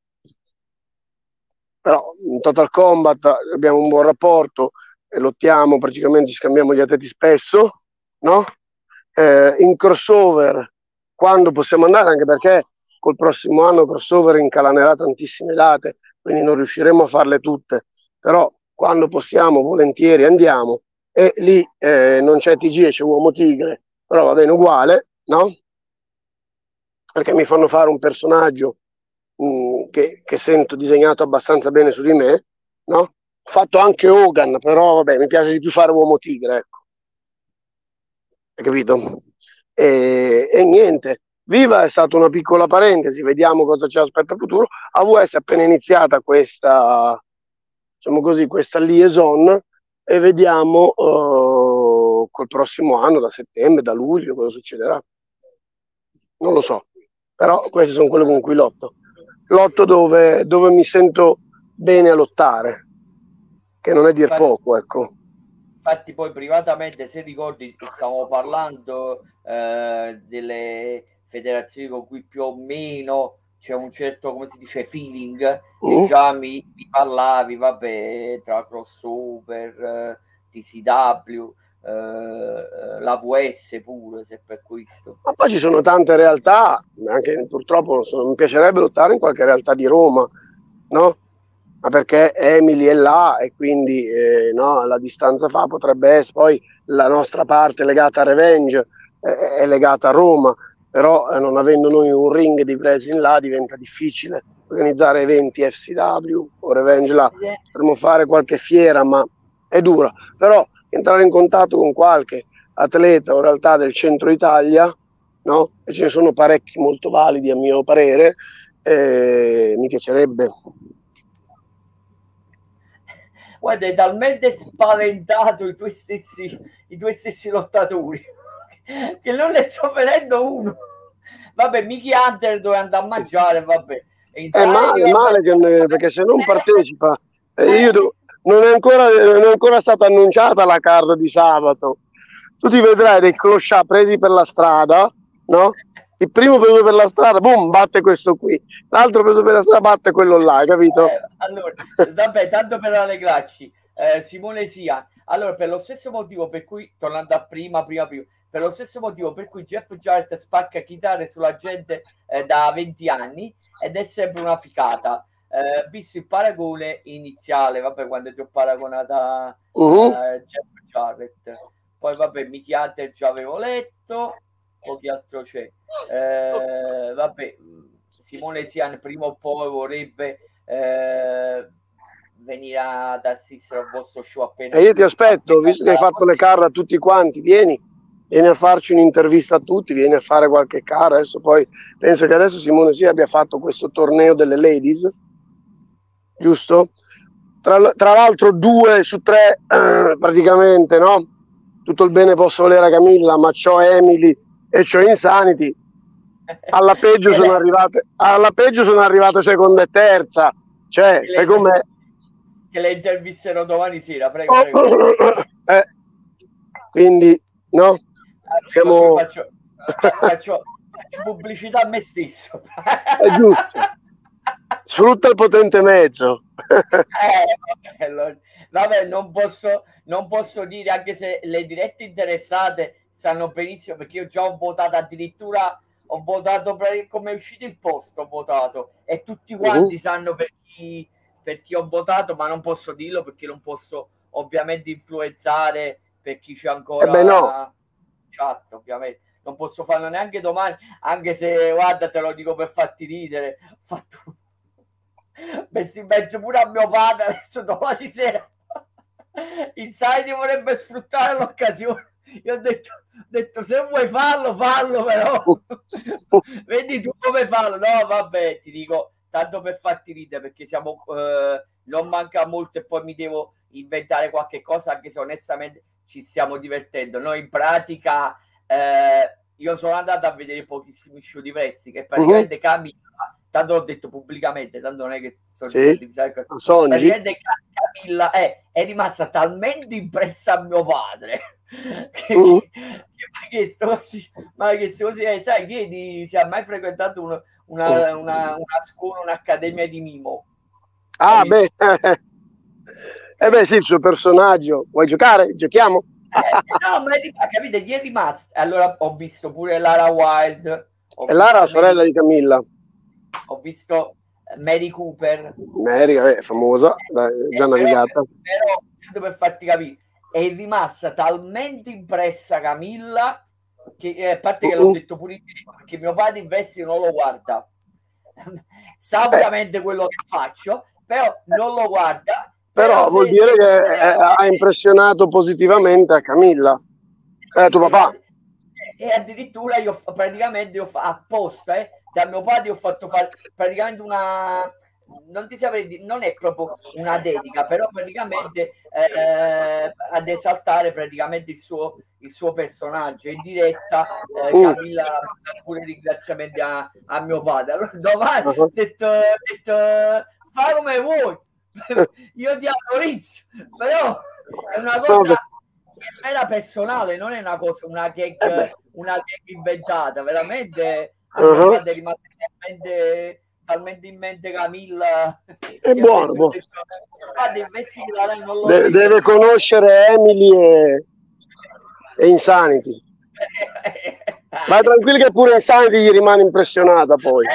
Però in Total Combat abbiamo un buon rapporto, lottiamo, praticamente ci scambiamo gli atleti spesso, no? In crossover, quando possiamo andare, anche perché col prossimo anno crossover incalanerà tantissime date, quindi non riusciremo a farle tutte, però quando possiamo volentieri andiamo, e lì non c'è TG e c'è Uomo Tigre, però va bene uguale, no? Perché mi fanno fare un personaggio che sento disegnato abbastanza bene su di me, no? Ho fatto anche Hogan, però vabbè, mi piace di più fare Uomo Tigre, ecco. Hai capito? E niente, Viva è stata una piccola parentesi, vediamo cosa ci aspetta a futuro. AWS è appena iniziata questa, diciamo così, questa liaison e vediamo col prossimo anno, da settembre, da luglio, cosa succederà. Non lo so, però queste sono quelle con cui lotto. Lotto dove mi sento bene a lottare, che non è dir poco, ecco. Infatti poi privatamente, se ricordi, stavamo parlando delle federazioni con cui più o meno c'è un certo, come si dice, feeling, e già mi parlavi, vabbè, tra crossover, TCW, l'AWS pure, se per questo. Ma poi ci sono tante realtà, anche purtroppo mi piacerebbe lottare in qualche realtà di Roma, no? Ma perché Emily è là e quindi no, la distanza fa potrebbe essere, poi la nostra parte legata a Revenge è legata a Roma, però non avendo noi un ring di wrestling là diventa difficile organizzare eventi FCW o Revenge là. Potremmo fare qualche fiera, ma è dura. Però entrare in contatto con qualche atleta o realtà del centro Italia, no? E ce ne sono parecchi molto validi a mio parere, mi piacerebbe. Guarda, è talmente spaventato i tuoi stessi lottatori che non ne sto vedendo uno. Vabbè, Mickey Hunter dove andare a mangiare, vabbè. È male perché se non partecipa, non è ancora stata annunciata la card di sabato. Tu ti vedrai dei clochard presi per la strada, no? Il primo preso per la strada, boom, batte questo qui. L'altro preso per la strada, batte quello là, hai capito? Allora, vabbè, tanto per rallegrarci, Simone Sia. Allora, per lo stesso motivo per cui, tornando a prima, per lo stesso motivo per cui Jeff Jarrett spacca chitarre sulla gente da 20 anni, ed è sempre una ficata. Visto il paragone iniziale, vabbè, quando ti ho paragonata Jeff Jarrett. Poi, vabbè, Mickey Hunter già avevo letto, o che altro c'è? Vabbè, Simone Sian prima o poi vorrebbe venire ad assistere al vostro show appena. E io ti aspetto, visto che hai fatto le card a tutti quanti, vieni. vieni a farci un'intervista a tutti, vieni a fare qualche gara. Adesso poi penso che adesso Simone Sì abbia fatto questo torneo delle ladies, giusto? Tra l'altro 2 su 3 praticamente, no? Tutto il bene posso volere a Camilla, ma c'ho Emily e c'ho Insanity. Alla peggio sono arrivate seconda e terza. Cioè, sai com'è? Che le intervisterò domani sera, prego. Quindi, no? Siamo... Faccio pubblicità a me stesso. È giusto. Sfrutta il potente mezzo. Vabbè, non posso dire, anche se le dirette interessate sanno benissimo, perché io già ho votato, addirittura ho votato come è uscito il post, ho votato, e tutti quanti sanno per chi ho votato, ma non posso dirlo perché non posso ovviamente influenzare per chi c'è ancora chat, ovviamente. Non posso farlo neanche domani, anche se, guarda, te lo dico per farti ridere, ho fatto messi in mezzo pure a mio padre, adesso domani sera Inside vorrebbe sfruttare l'occasione. Io ho detto se vuoi fallo però vedi tu come farlo. No, vabbè, ti dico, tanto per farti ridere, perché siamo non manca molto e poi mi devo inventare qualche cosa, anche se onestamente ci stiamo divertendo. Noi in pratica io sono andato a vedere pochissimi show di wrestling, che praticamente Camilla, tanto l'ho detto pubblicamente, tanto non è che praticamente Camilla è rimasta talmente impressa a mio padre che mi ha chiesto così, sai, chiedi se ha mai frequentato una scuola, un'accademia di mimo. Beh, sì, il suo personaggio. Vuoi giocare? Giochiamo? No, ma capite, gli è rimasto. Allora ho visto pure Lara Wild. E Lara, la sorella di Camilla. Ho visto Mary Cooper. Mary è famosa, già navigata. Però, per farti capire, è rimasta talmente impressa Camilla che, a parte che l'ho detto pure in diretta, perché mio padre in vesti non lo guarda. Sa ovviamente quello che faccio, però non lo guarda. Però vuol dire che ha impressionato positivamente a Camilla, tuo papà. E addirittura io praticamente apposta da mio padre ho fatto fare praticamente una, non ti saprei dire, non è proprio una dedica, però praticamente ad esaltare praticamente il suo personaggio in diretta. Camilla ha mandato pure ringraziamenti a mio padre. Allora domani ho detto fai come vuoi, io ti autorizzo, però è una cosa che era personale, non è una cosa, una gag inventata, veramente. A mio padre è rimasta talmente in mente Camilla. È buono. Deve deve conoscere Emily e Insanity. Ma tranquillo che pure Insanity gli rimane impressionata poi.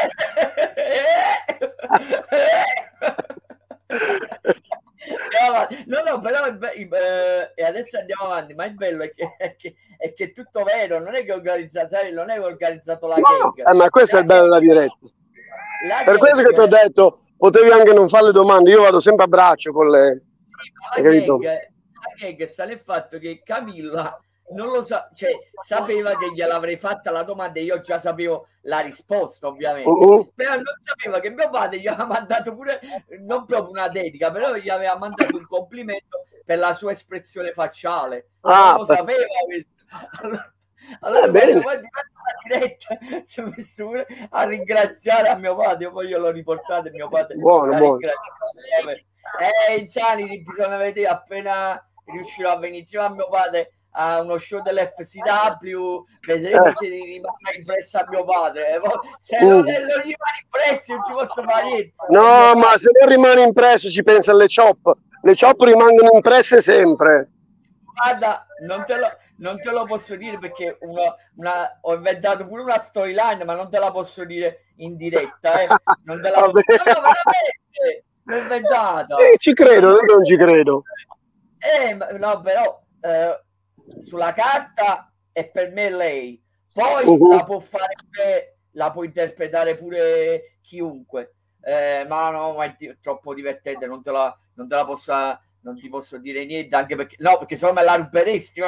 No, però e adesso andiamo avanti, ma il bello è che è tutto vero, non è che non è organizzato la gag. Ma questo è il bello della diretta. Per questo che ti ho detto, potevi anche non fare le domande, io vado sempre a braccio con le... La gag sta nel fatto che Camilla non lo sa, cioè sapeva che gliel'avrei fatta la domanda e io già sapevo la risposta, ovviamente. Però non sapeva che mio padre gli aveva mandato pure, non proprio una dedica, però gli aveva mandato un complimento per la sua espressione facciale. Non lo sapeva questo. Allora quando poi la diretta si è messo pure a ringraziare a mio padre, poi io l'ho riportato e mio padre buono. Insanity, bisogna vedere appena riuscirò a venire insieme a mio padre a uno show dell'FCW, vedremo se rimane impresso a mio padre. Se non rimane impresso non ci posso fare niente. No, ma se non rimane impresso ci pensa alle chop. Le chop rimangono impresse sempre. Guarda, non te lo posso dire perché ho inventato pure una storyline, ma non te la posso dire in diretta. Non te la posso... No, veramente, l'ho inventata. Ci credo, non ci credo. No, però sulla carta è per me lei. Poi la può fare la può interpretare pure chiunque. Ma no, ma è troppo divertente, non te la non ti posso dire niente, anche perché no, perché se no me la ruberesti.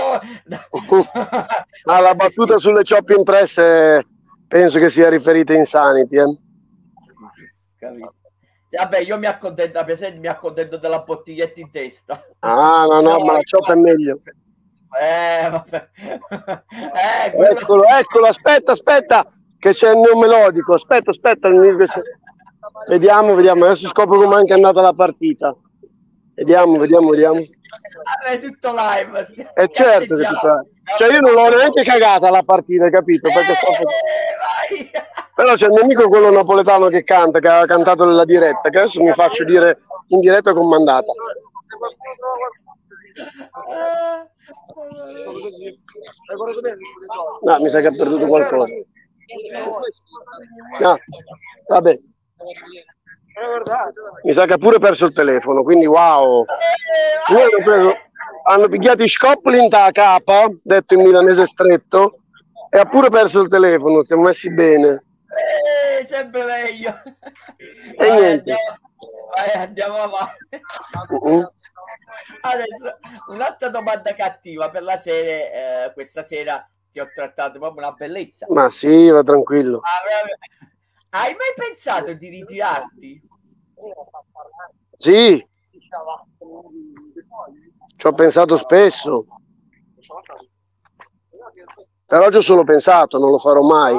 La battuta sulle chop impresse penso che sia riferita a Insanity, capito. Vabbè, io mi accontento, per esempio, mi accontento della bottiglietta in testa. No, ma la chop è meglio. Vabbè. Eccolo, aspetta, che c'è il neo melodico. Aspetta. Vediamo, adesso scopro come è anche andata la partita. Vediamo. È tutto live. Certo che tutto live. Cioè io non l'ho neanche cagata la partita, capito? Perché vai. Però c'è il mio amico quello napoletano che canta, che aveva cantato nella diretta, che adesso mi faccio dire in diretta comandata. No, mi sa che ha perduto qualcosa. No, vabbè. Mi sa che ha pure perso il telefono, quindi wow. Hanno picchiato i scoppoli da capa, detto in milanese stretto, e ha pure perso il telefono, siamo messi bene. Sempre meglio. Niente. Andiamo avanti. Adesso un'altra domanda cattiva per la serie. Questa sera ti ho trattato proprio una bellezza. Ma sì, va tranquillo. Hai mai pensato di ritirarti? Sì, ci ho pensato spesso, però ci ho solo pensato, non lo farò mai.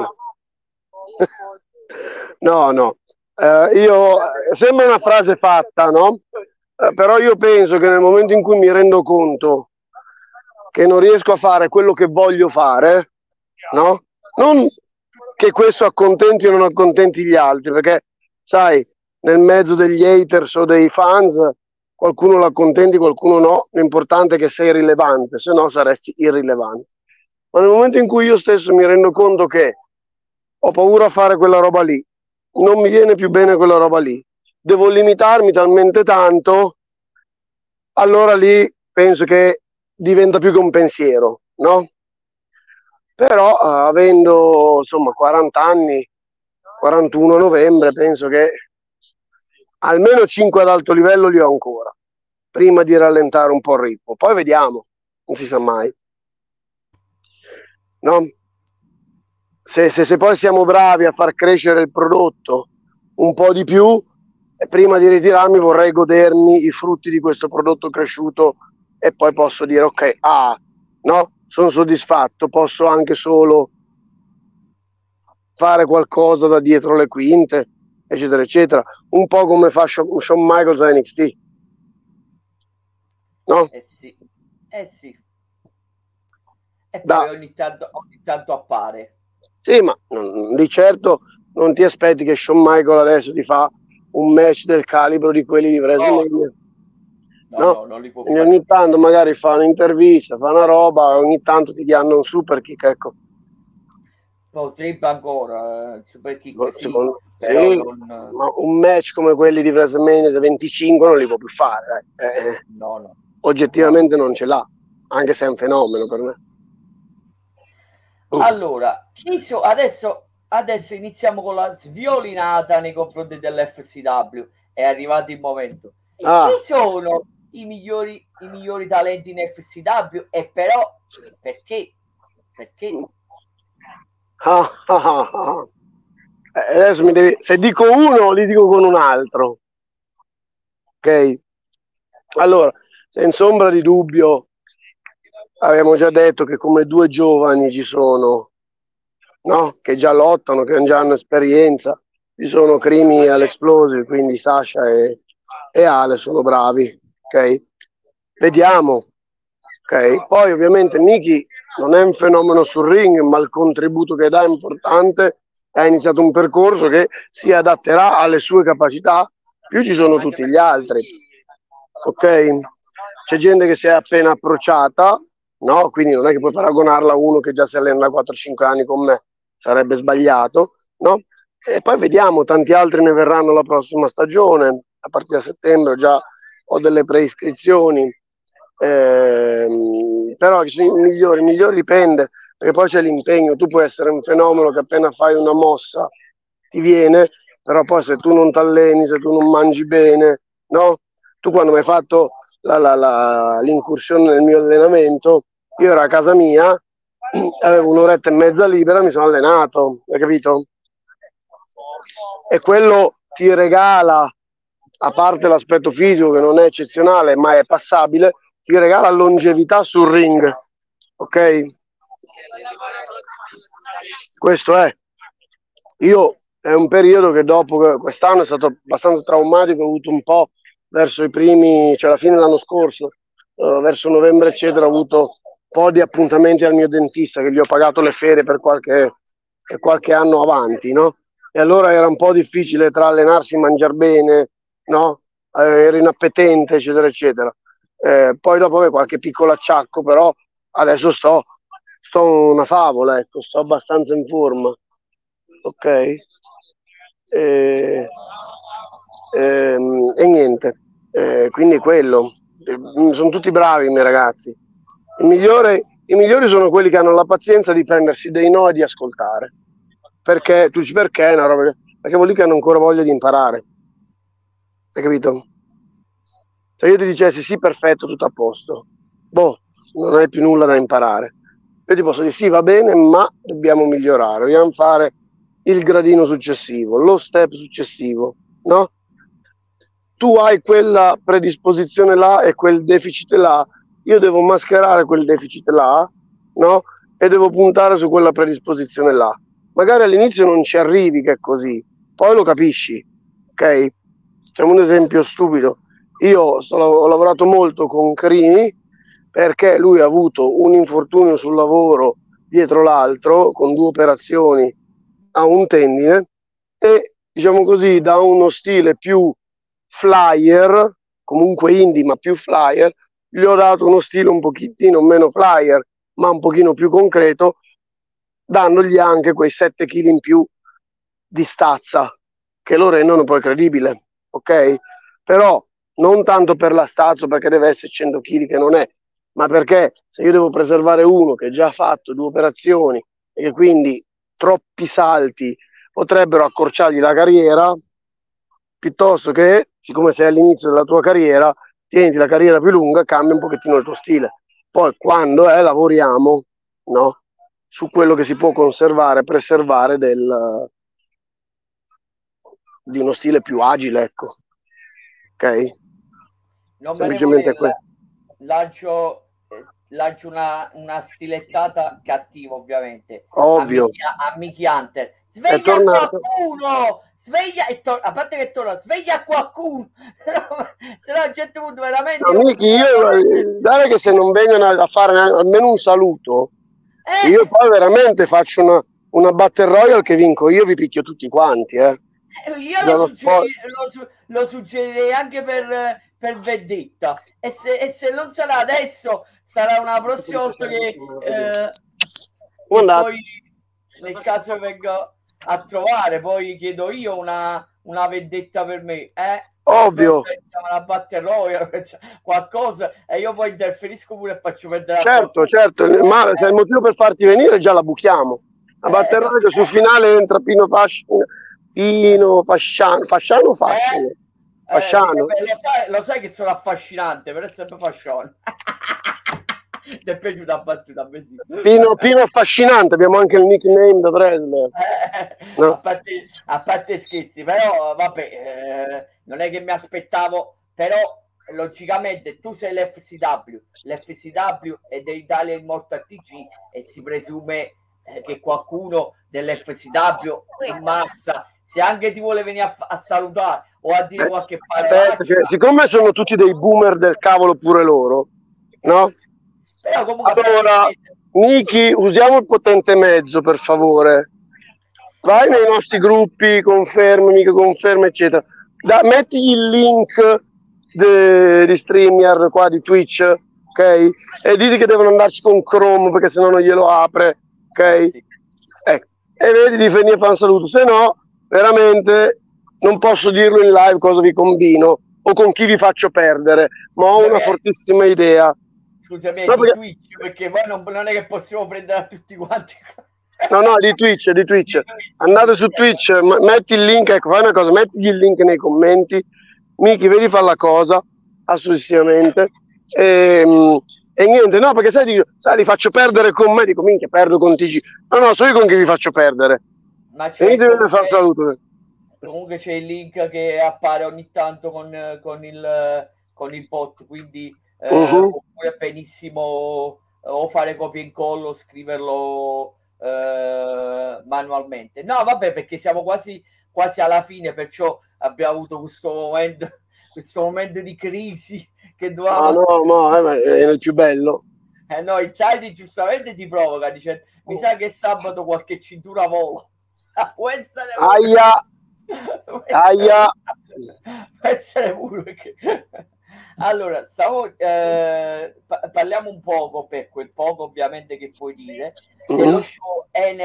No, io sembra una frase fatta, no? Però io penso che nel momento in cui mi rendo conto che non riesco a fare quello che voglio fare, no? Non che questo accontenti o non accontenti gli altri, perché sai, nel mezzo degli haters o dei fans qualcuno lo accontenti, qualcuno no, l'importante è che sei rilevante, se no saresti irrilevante. Ma nel momento in cui io stesso mi rendo conto che ho paura a fare quella roba lì, non mi viene più bene quella roba lì, devo limitarmi talmente tanto, allora lì penso che diventa più che un pensiero, no? Però avendo insomma 40 anni, 41 a novembre, penso che almeno 5 ad alto livello li ho ancora, prima di rallentare un po' il ritmo. Poi vediamo, non si sa mai. No? Se poi siamo bravi a far crescere il prodotto un po' di più, prima di ritirarmi vorrei godermi i frutti di questo prodotto cresciuto e poi posso dire ok, no, sono soddisfatto, posso anche solo fare qualcosa da dietro le quinte, eccetera, eccetera. Un po' come fa Shawn Michaels a NXT. No? Sì. E poi ogni tanto appare. Sì, ma di certo non ti aspetti che Shawn Michaels adesso ti fa un match del calibro di quelli di WrestleMania. No, non li può fare. Ogni tanto magari fa un'intervista, fa una roba, ogni tanto ti danno un super kick, ecco. Potrebbe ancora super kick, sì, non... ma un match come quelli di WrestleMania da 25 non li può più fare. No. Oggettivamente non ce l'ha, anche se è un fenomeno per me. Allora, adesso iniziamo con la sviolinata nei confronti dell'FCW. È arrivato il momento. Chi sono i migliori talenti in FCW? E però perché? Adesso se dico uno, li dico con un altro. Ok? Allora, senza ombra di dubbio, abbiamo già detto che come due giovani ci sono, no? Che già lottano, che già hanno esperienza. Ci sono Crimi all'Explosive, quindi Sasha e Ale sono bravi, ok? Vediamo, ok? Poi ovviamente Miki non è un fenomeno sul ring, ma il contributo che dà è importante. Ha iniziato un percorso che si adatterà alle sue capacità, più ci sono tutti gli altri, ok? C'è gente che si è appena approcciata, no? Quindi non è che puoi paragonarla a uno che già si allena da 4-5 anni con me, sarebbe sbagliato, no? E poi vediamo, tanti altri ne verranno la prossima stagione, a partire da settembre già ho delle preiscrizioni, però i migliori dipende, perché poi c'è l'impegno. Tu puoi essere un fenomeno che appena fai una mossa ti viene, però poi se tu non ti alleni, se tu non mangi bene, no? Tu quando mi hai fatto l'incursione nel mio allenamento, io ero a casa mia, avevo un'oretta e mezza libera, mi sono allenato, hai capito? E quello ti regala, a parte l'aspetto fisico che non è eccezionale ma è passabile, ti regala longevità sul ring, ok? Questo io è un periodo che dopo quest'anno è stato abbastanza traumatico, ho avuto un po' verso i primi, cioè alla fine dell'anno scorso, verso novembre eccetera, ho avuto un po' di appuntamenti al mio dentista che gli ho pagato le ferie per qualche anno avanti, no? E allora era un po' difficile tra allenarsi, mangiare bene, no? Ero inappetente, eccetera, eccetera. Poi dopo qualche piccolo acciacco, però adesso sto una favola, ecco, sto abbastanza in forma, ok? E niente, quindi quello. Sono tutti bravi i miei ragazzi. I migliori sono quelli che hanno la pazienza di prendersi dei no e di ascoltare. Perché tu dici perché è una roba perché vuol dire che hanno ancora voglia di imparare. Hai capito? Se io ti dicessi sì, perfetto, tutto a posto, boh, non hai più nulla da imparare. Io ti posso dire sì, va bene, ma dobbiamo migliorare, dobbiamo fare il gradino successivo, lo step successivo, no? Tu hai quella predisposizione là e quel deficit là, io devo mascherare quel deficit là, no? E devo puntare su quella predisposizione là. Magari all'inizio non ci arrivi che è così, poi lo capisci, ok? Facciamo un esempio stupido. Io ho lavorato molto con Crini perché lui ha avuto un infortunio sul lavoro dietro l'altro con 2 operazioni a un tendine e diciamo così da uno stile più flyer, comunque indie ma più flyer, gli ho dato uno stile un pochettino meno flyer ma un pochino più concreto, dandogli anche quei 7 kg in più di stazza che lo rendono poi credibile, ok? Però non tanto per la stazza, perché deve essere 100 kg che non è, ma perché se io devo preservare uno che già ha fatto 2 operazioni e che quindi troppi salti potrebbero accorciargli la carriera, piuttosto che, siccome sei all'inizio della tua carriera, tieniti la carriera più lunga, cambia un pochettino il tuo stile. Poi quando lavoriamo, no? Su quello che si può conservare, preservare di uno stile più agile, ecco. Ok? Non me ne Semplicemente volere, lancio una stilettata cattiva, ovviamente. ovvio. A Mickey Hunter. Sveglia qualcuno! Sveglia a parte che torna, sveglia qualcuno! Se no la gente punto veramente. Amici, io dare che se non vengono a fare almeno un saluto, io poi veramente faccio una battle royale che vinco io, vi picchio tutti quanti, Io lo suggerirei anche per vendetta e se non sarà adesso sarà una prossima volta che poi nel caso venga a trovare poi chiedo io una vendetta per me, ovvio, una battle royale, qualcosa, e io poi interferisco pure e faccio perdere certo, ma se è il motivo per farti venire già la buchiamo. La battle royale sul finale entra Pino Fasciano, Fasciano. Lo sai che sono affascinante, però è sempre fascione. Ti è piaciuta la battuta? Pino affascinante, abbiamo anche il nickname da Presley. No. A parte scherzi, però vabbè, non è che mi aspettavo, però logicamente tu sei l'FCW è dell'Italia Immortal TG e si presume che qualcuno dell'FCW in massa, se anche ti vuole venire a salutare o a dire qualche parola, siccome sono tutti dei boomer del cavolo pure loro, no? Però comunque allora, Niki, usiamo il potente mezzo, per favore. Vai nei nostri gruppi, confermi, mica conferma, eccetera. Metti il link di StreamYard qua di Twitch, ok? E dite che devono andarci con Chrome perché sennò non glielo apre, ok? Sì. E vedi di venire a fare un saluto, se no veramente non posso dirlo in live cosa vi combino o con chi vi faccio perdere, ma ho una fortissima idea. Scusami, no, di Twitch, perché poi non è che possiamo prendere a tutti quanti. No, di Twitch. Andate su Twitch, metti il link, ecco, fai una cosa, metti il link nei commenti, Miki, vedi fare la cosa, assolutamente. E niente, no, perché sai, li faccio perdere con me, dico, minchia, perdo con TG. No, so io con chi vi faccio perdere. Ma Venite a far saluto. Comunque c'è il link che appare ogni tanto con il bot, quindi puoi benissimo o fare copia e incollo o scriverlo manualmente. No, vabbè, perché siamo quasi alla fine, perciò abbiamo avuto questo momento di crisi che dovevamo... ma è il più bello. No, Inside giustamente ti provoca, dice, mi sa che sabato qualche cintura vola. Può essere Aia! Aia! Può essere pure perché... Allora, parliamo un poco, per quel poco ovviamente che puoi dire, dello show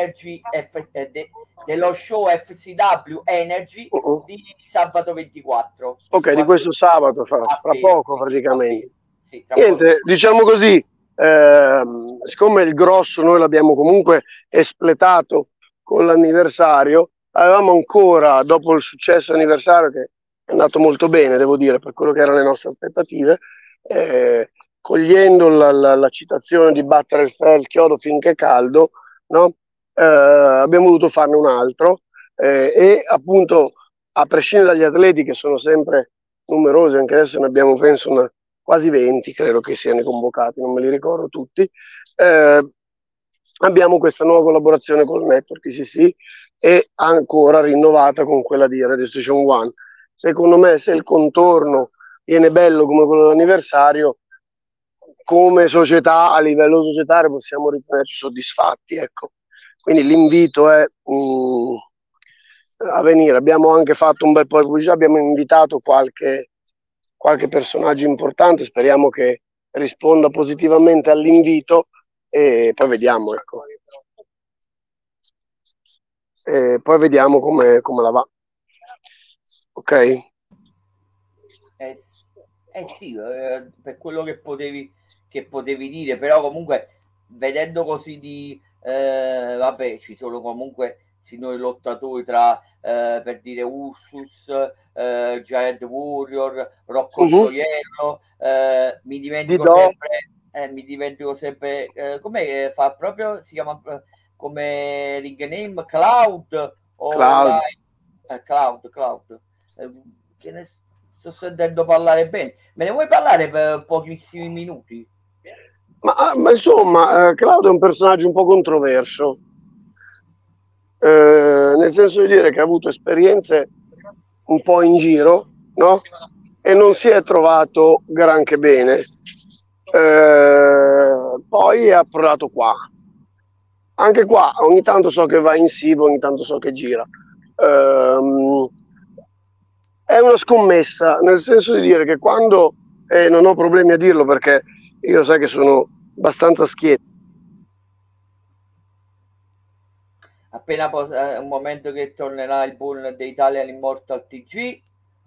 dello show FCW Energy di sabato 24. Ok, di questo sabato, fra poco praticamente. Sì, niente, diciamo così, siccome il grosso noi l'abbiamo comunque espletato con l'anniversario, avevamo ancora, dopo il successo anniversario che è andato molto bene, devo dire, per quello che erano le nostre aspettative, cogliendo la citazione di battere il chiodo finché è caldo, no? Abbiamo voluto farne un altro e appunto, a prescindere dagli atleti che sono sempre numerosi, anche adesso ne abbiamo penso quasi 20, credo che siano convocati, non me li ricordo tutti, abbiamo questa nuova collaborazione con il network ICC e ancora rinnovata con quella di Radio Station One. Secondo me, se il contorno viene bello come quello dell'anniversario, come società, a livello societario, possiamo ritenerci soddisfatti, ecco. Quindi l'invito è a venire. Abbiamo anche fatto un bel po' di pubblicità, abbiamo invitato qualche personaggio importante, speriamo che risponda positivamente all'invito e poi vediamo, ecco. E poi vediamo come la va. Ok? Sì, per quello che potevi dire, però comunque vedendo così vabbè, ci sono comunque signori lottatori tra per dire Ursus, Giant Warrior, Rocco Gioiello, mi dimentico sempre come fa proprio, si chiama come ring name Cloud o Cloud. Che ne sto sentendo parlare bene. Me ne vuoi parlare per pochissimi minuti? Ma insomma, Claudio è un personaggio un po' controverso, nel senso di dire che ha avuto esperienze un po' in giro, no? E non si è trovato granché bene. Poi è approdato qua. Anche qua ogni tanto so che va in Sivo, ogni tanto so che gira. È una scommessa, nel senso di dire che quando, non ho problemi a dirlo perché io sai che sono abbastanza schietto. Appena un momento che tornerà il buon The Italian Immortal TG,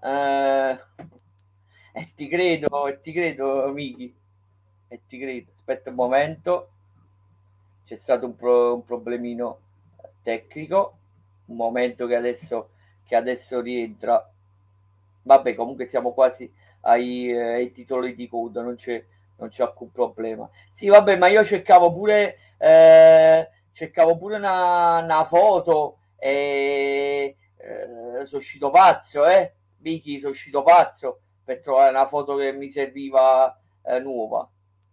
e ti credo, Miki, e ti credo. Aspetta un momento, c'è stato un problemino tecnico, un momento che adesso rientra. Vabbè, comunque siamo quasi ai titoli di coda, non c'è alcun problema. Sì, vabbè, ma io cercavo pure una foto e sono uscito pazzo, Vicky, sono uscito pazzo per trovare una foto che mi serviva nuova.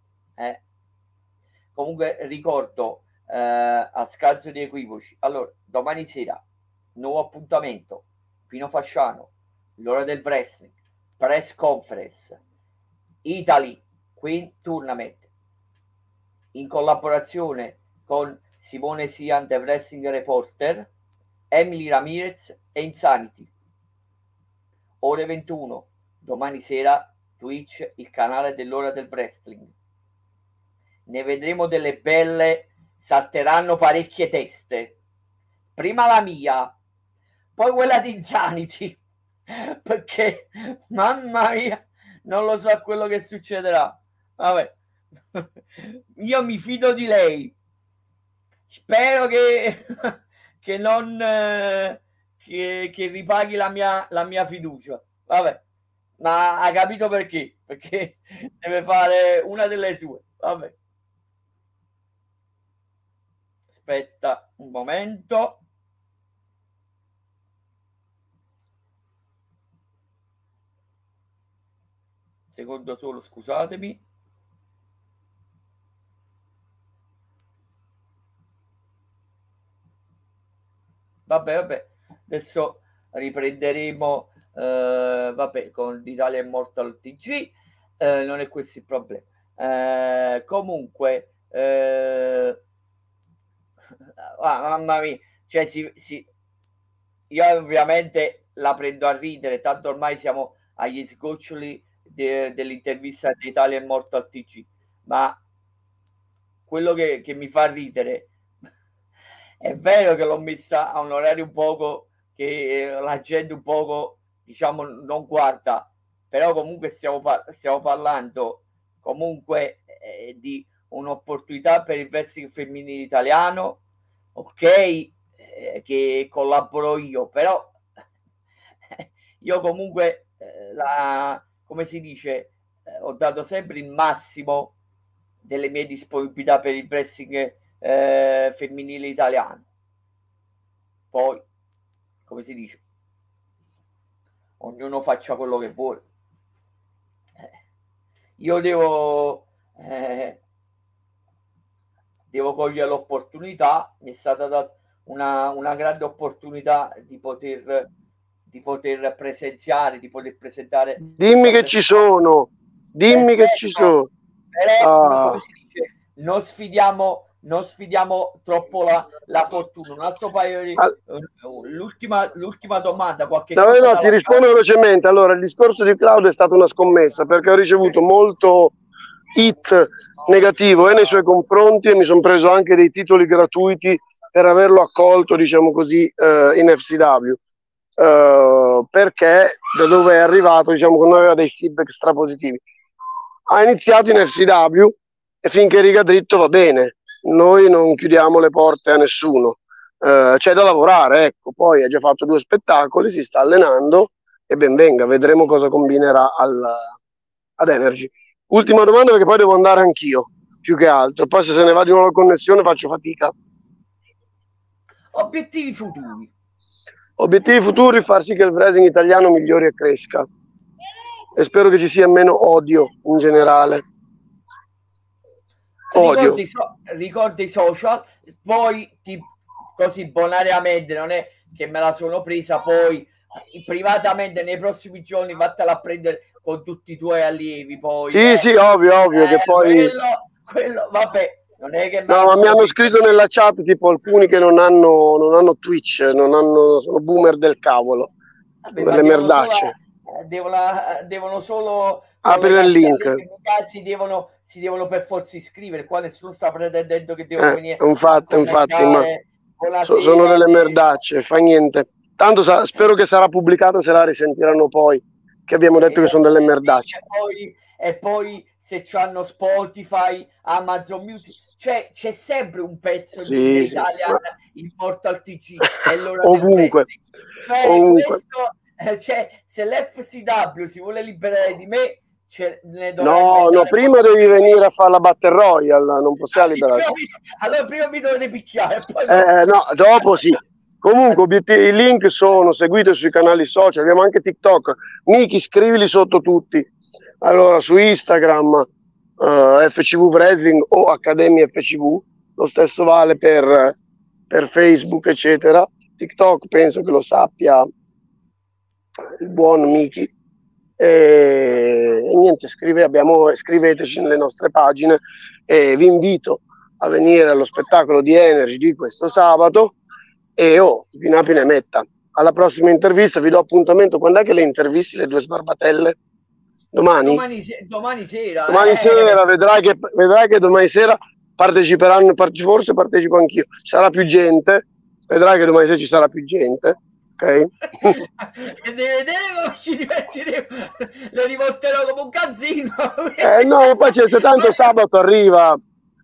Comunque ricordo a scanso di equivoci. Allora, domani sera, nuovo appuntamento, Pino Fasciano, l'ora del wrestling, press conference, Italy Queen Tournament, in collaborazione con Simone Sian, The Wrestling Reporter, Emily Ramirez e Insanity. Ore 21, domani sera, Twitch, il canale dell'ora del wrestling. Ne vedremo delle belle, salteranno parecchie teste. Prima la mia, poi quella di Insanity, perché mamma mia, non lo so quello che succederà. Vabbè, io mi fido di lei. Spero che non che ripaghi la mia fiducia. Vabbè, Ma ha capito perché? Perché deve fare una delle sue. Vabbè. Aspetta un momento. Secondo solo, scusatemi. Vabbè. Adesso riprenderemo vabbè, con l'Italia Immortal TG. Non è questo il problema. Comunque, mamma mia, cioè, io ovviamente la prendo a ridere, tanto ormai siamo agli sgoccioli dell'intervista di Italia Immortal TG, ma quello che mi fa ridere è vero che l'ho messa a un orario un poco che la gente un poco, diciamo, non guarda, però comunque stiamo parlando comunque di un'opportunità per il wrestling femminile italiano, ok, che collaboro io, però io comunque come si dice, ho dato sempre il massimo delle mie disponibilità per il wrestling femminile italiano. Poi, come si dice, ognuno faccia quello che vuole. Io devo cogliere l'opportunità. Mi è stata data una grande opportunità di poter presenziare, di poter presentare. Dimmi che ci sono, dimmi che ci sono. Però, come si dice, non sfidiamo troppo la fortuna. Un altro paio di l'ultima domanda, qualche cosa. No, ti rispondo velocemente. Allora, il discorso di Claudio è stata una scommessa, perché ho ricevuto molto hit negativo nei suoi confronti, e mi sono preso anche dei titoli gratuiti per averlo accolto, diciamo così, in FCW, perché da dove è arrivato, diciamo che non aveva dei feedback strapositivi. Ha iniziato in FCW e finché riga dritto va bene, noi non chiudiamo le porte a nessuno, c'è da lavorare, ecco. Poi ha già fatto 2 spettacoli, si sta allenando e ben venga, vedremo cosa combinerà ad Energy. Ultima domanda, perché poi devo andare anch'io, più che altro, poi se ne va di nuovo la connessione faccio fatica. Obiettivi futuri. Obiettivi futuri: far sì che il wrestling italiano migliori e cresca, e spero che ci sia meno odio in generale. Odio. Ricordi i social, poi così bonariamente, non è che me la sono presa, poi privatamente nei prossimi giorni vattela a prendere con tutti i tuoi allievi. Poi sì, ovvio che poi quello vabbè, non è che no, ma mi hanno scritto nella chat tipo alcuni che non hanno Twitch, sono boomer del cavolo. Vabbè, delle merdacce. Devono solo aprire il link. Si devono per forza iscrivere. Qua nessuno sta pretendendo che devono venire. Infatti, ma sono delle merdacce, fa niente. Tanto spero che sarà pubblicata, se la risentiranno poi, che abbiamo detto che sono delle merdacce. E poi se c'hanno Spotify, Amazon Music, c'è sempre un pezzo di Italian Immortal TG, è l'ora ovunque. Ovunque. Se l'FCW si vuole liberare di me, no, prima devi venire a fare la Battle Royale, non possiamo liberare. Allora prima mi dovete picchiare, poi no, dopo sì. Comunque i link sono, seguite sui canali social, abbiamo anche TikTok. Miki, scrivili sotto tutti. Allora, su Instagram FCV Wrestling o Accademia FCV, lo stesso vale per Facebook, eccetera. TikTok penso che lo sappia il buon Miki. E niente, scriveteci nelle nostre pagine, e vi invito a venire allo spettacolo di Energy di questo sabato, e più ne metta. Alla prossima intervista vi do appuntamento. Quando è che le intervisti le 2 sbarbatelle? Domani sera. Vedrai che domani sera parteciperanno, forse partecipo anch'io, sarà più gente, vedrai che domani sera ci sarà più gente. Ok. E devi vedere come ci divertiremo, le rivolterò come un cazzino. No, poi c'è tanto sabato arriva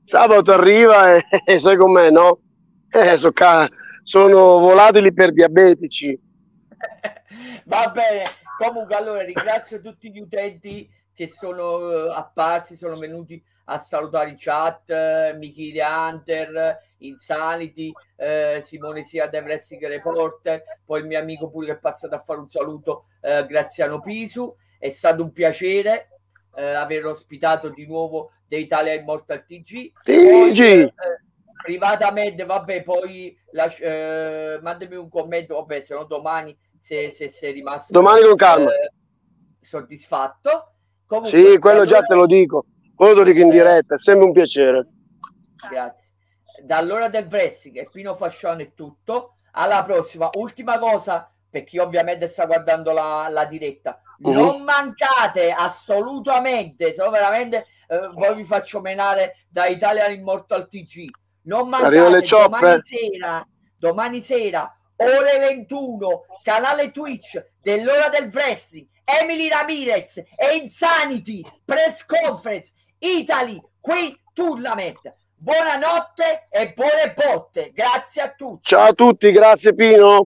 e sai com'è, no? Sono volatili per diabetici. Va bene, Comunque, allora ringrazio tutti gli utenti che sono apparsi, sono venuti a salutare in chat, Michele Hunter, Insanity, Simone Sia The Wrestling Reporter, poi il mio amico pure che è passato a fare un saluto, Graziano Pisu. È stato un piacere aver ospitato di nuovo The Italia Immortal TG. Poi, privatamente, vabbè, poi mandami un commento, vabbè, se no domani se sei rimasto domani con calma, soddisfatto. Comunque, sì, quello già te lo dico, quello te lo dico in diretta, è sempre un piacere. Grazie. Dall'ora del wrestling e Pino Fascione è tutto, alla prossima. Ultima cosa, per chi ovviamente sta guardando la diretta, non mancate assolutamente, se no veramente poi vi faccio menare da Italian Immortal TG, non mancate domani sera ore 21, canale Twitch dell'ora del wrestling, Emily Ramirez e Insanity press conference Italy qui Tournament. Buonanotte e buone botte, grazie a tutti. Ciao a tutti, grazie Pino.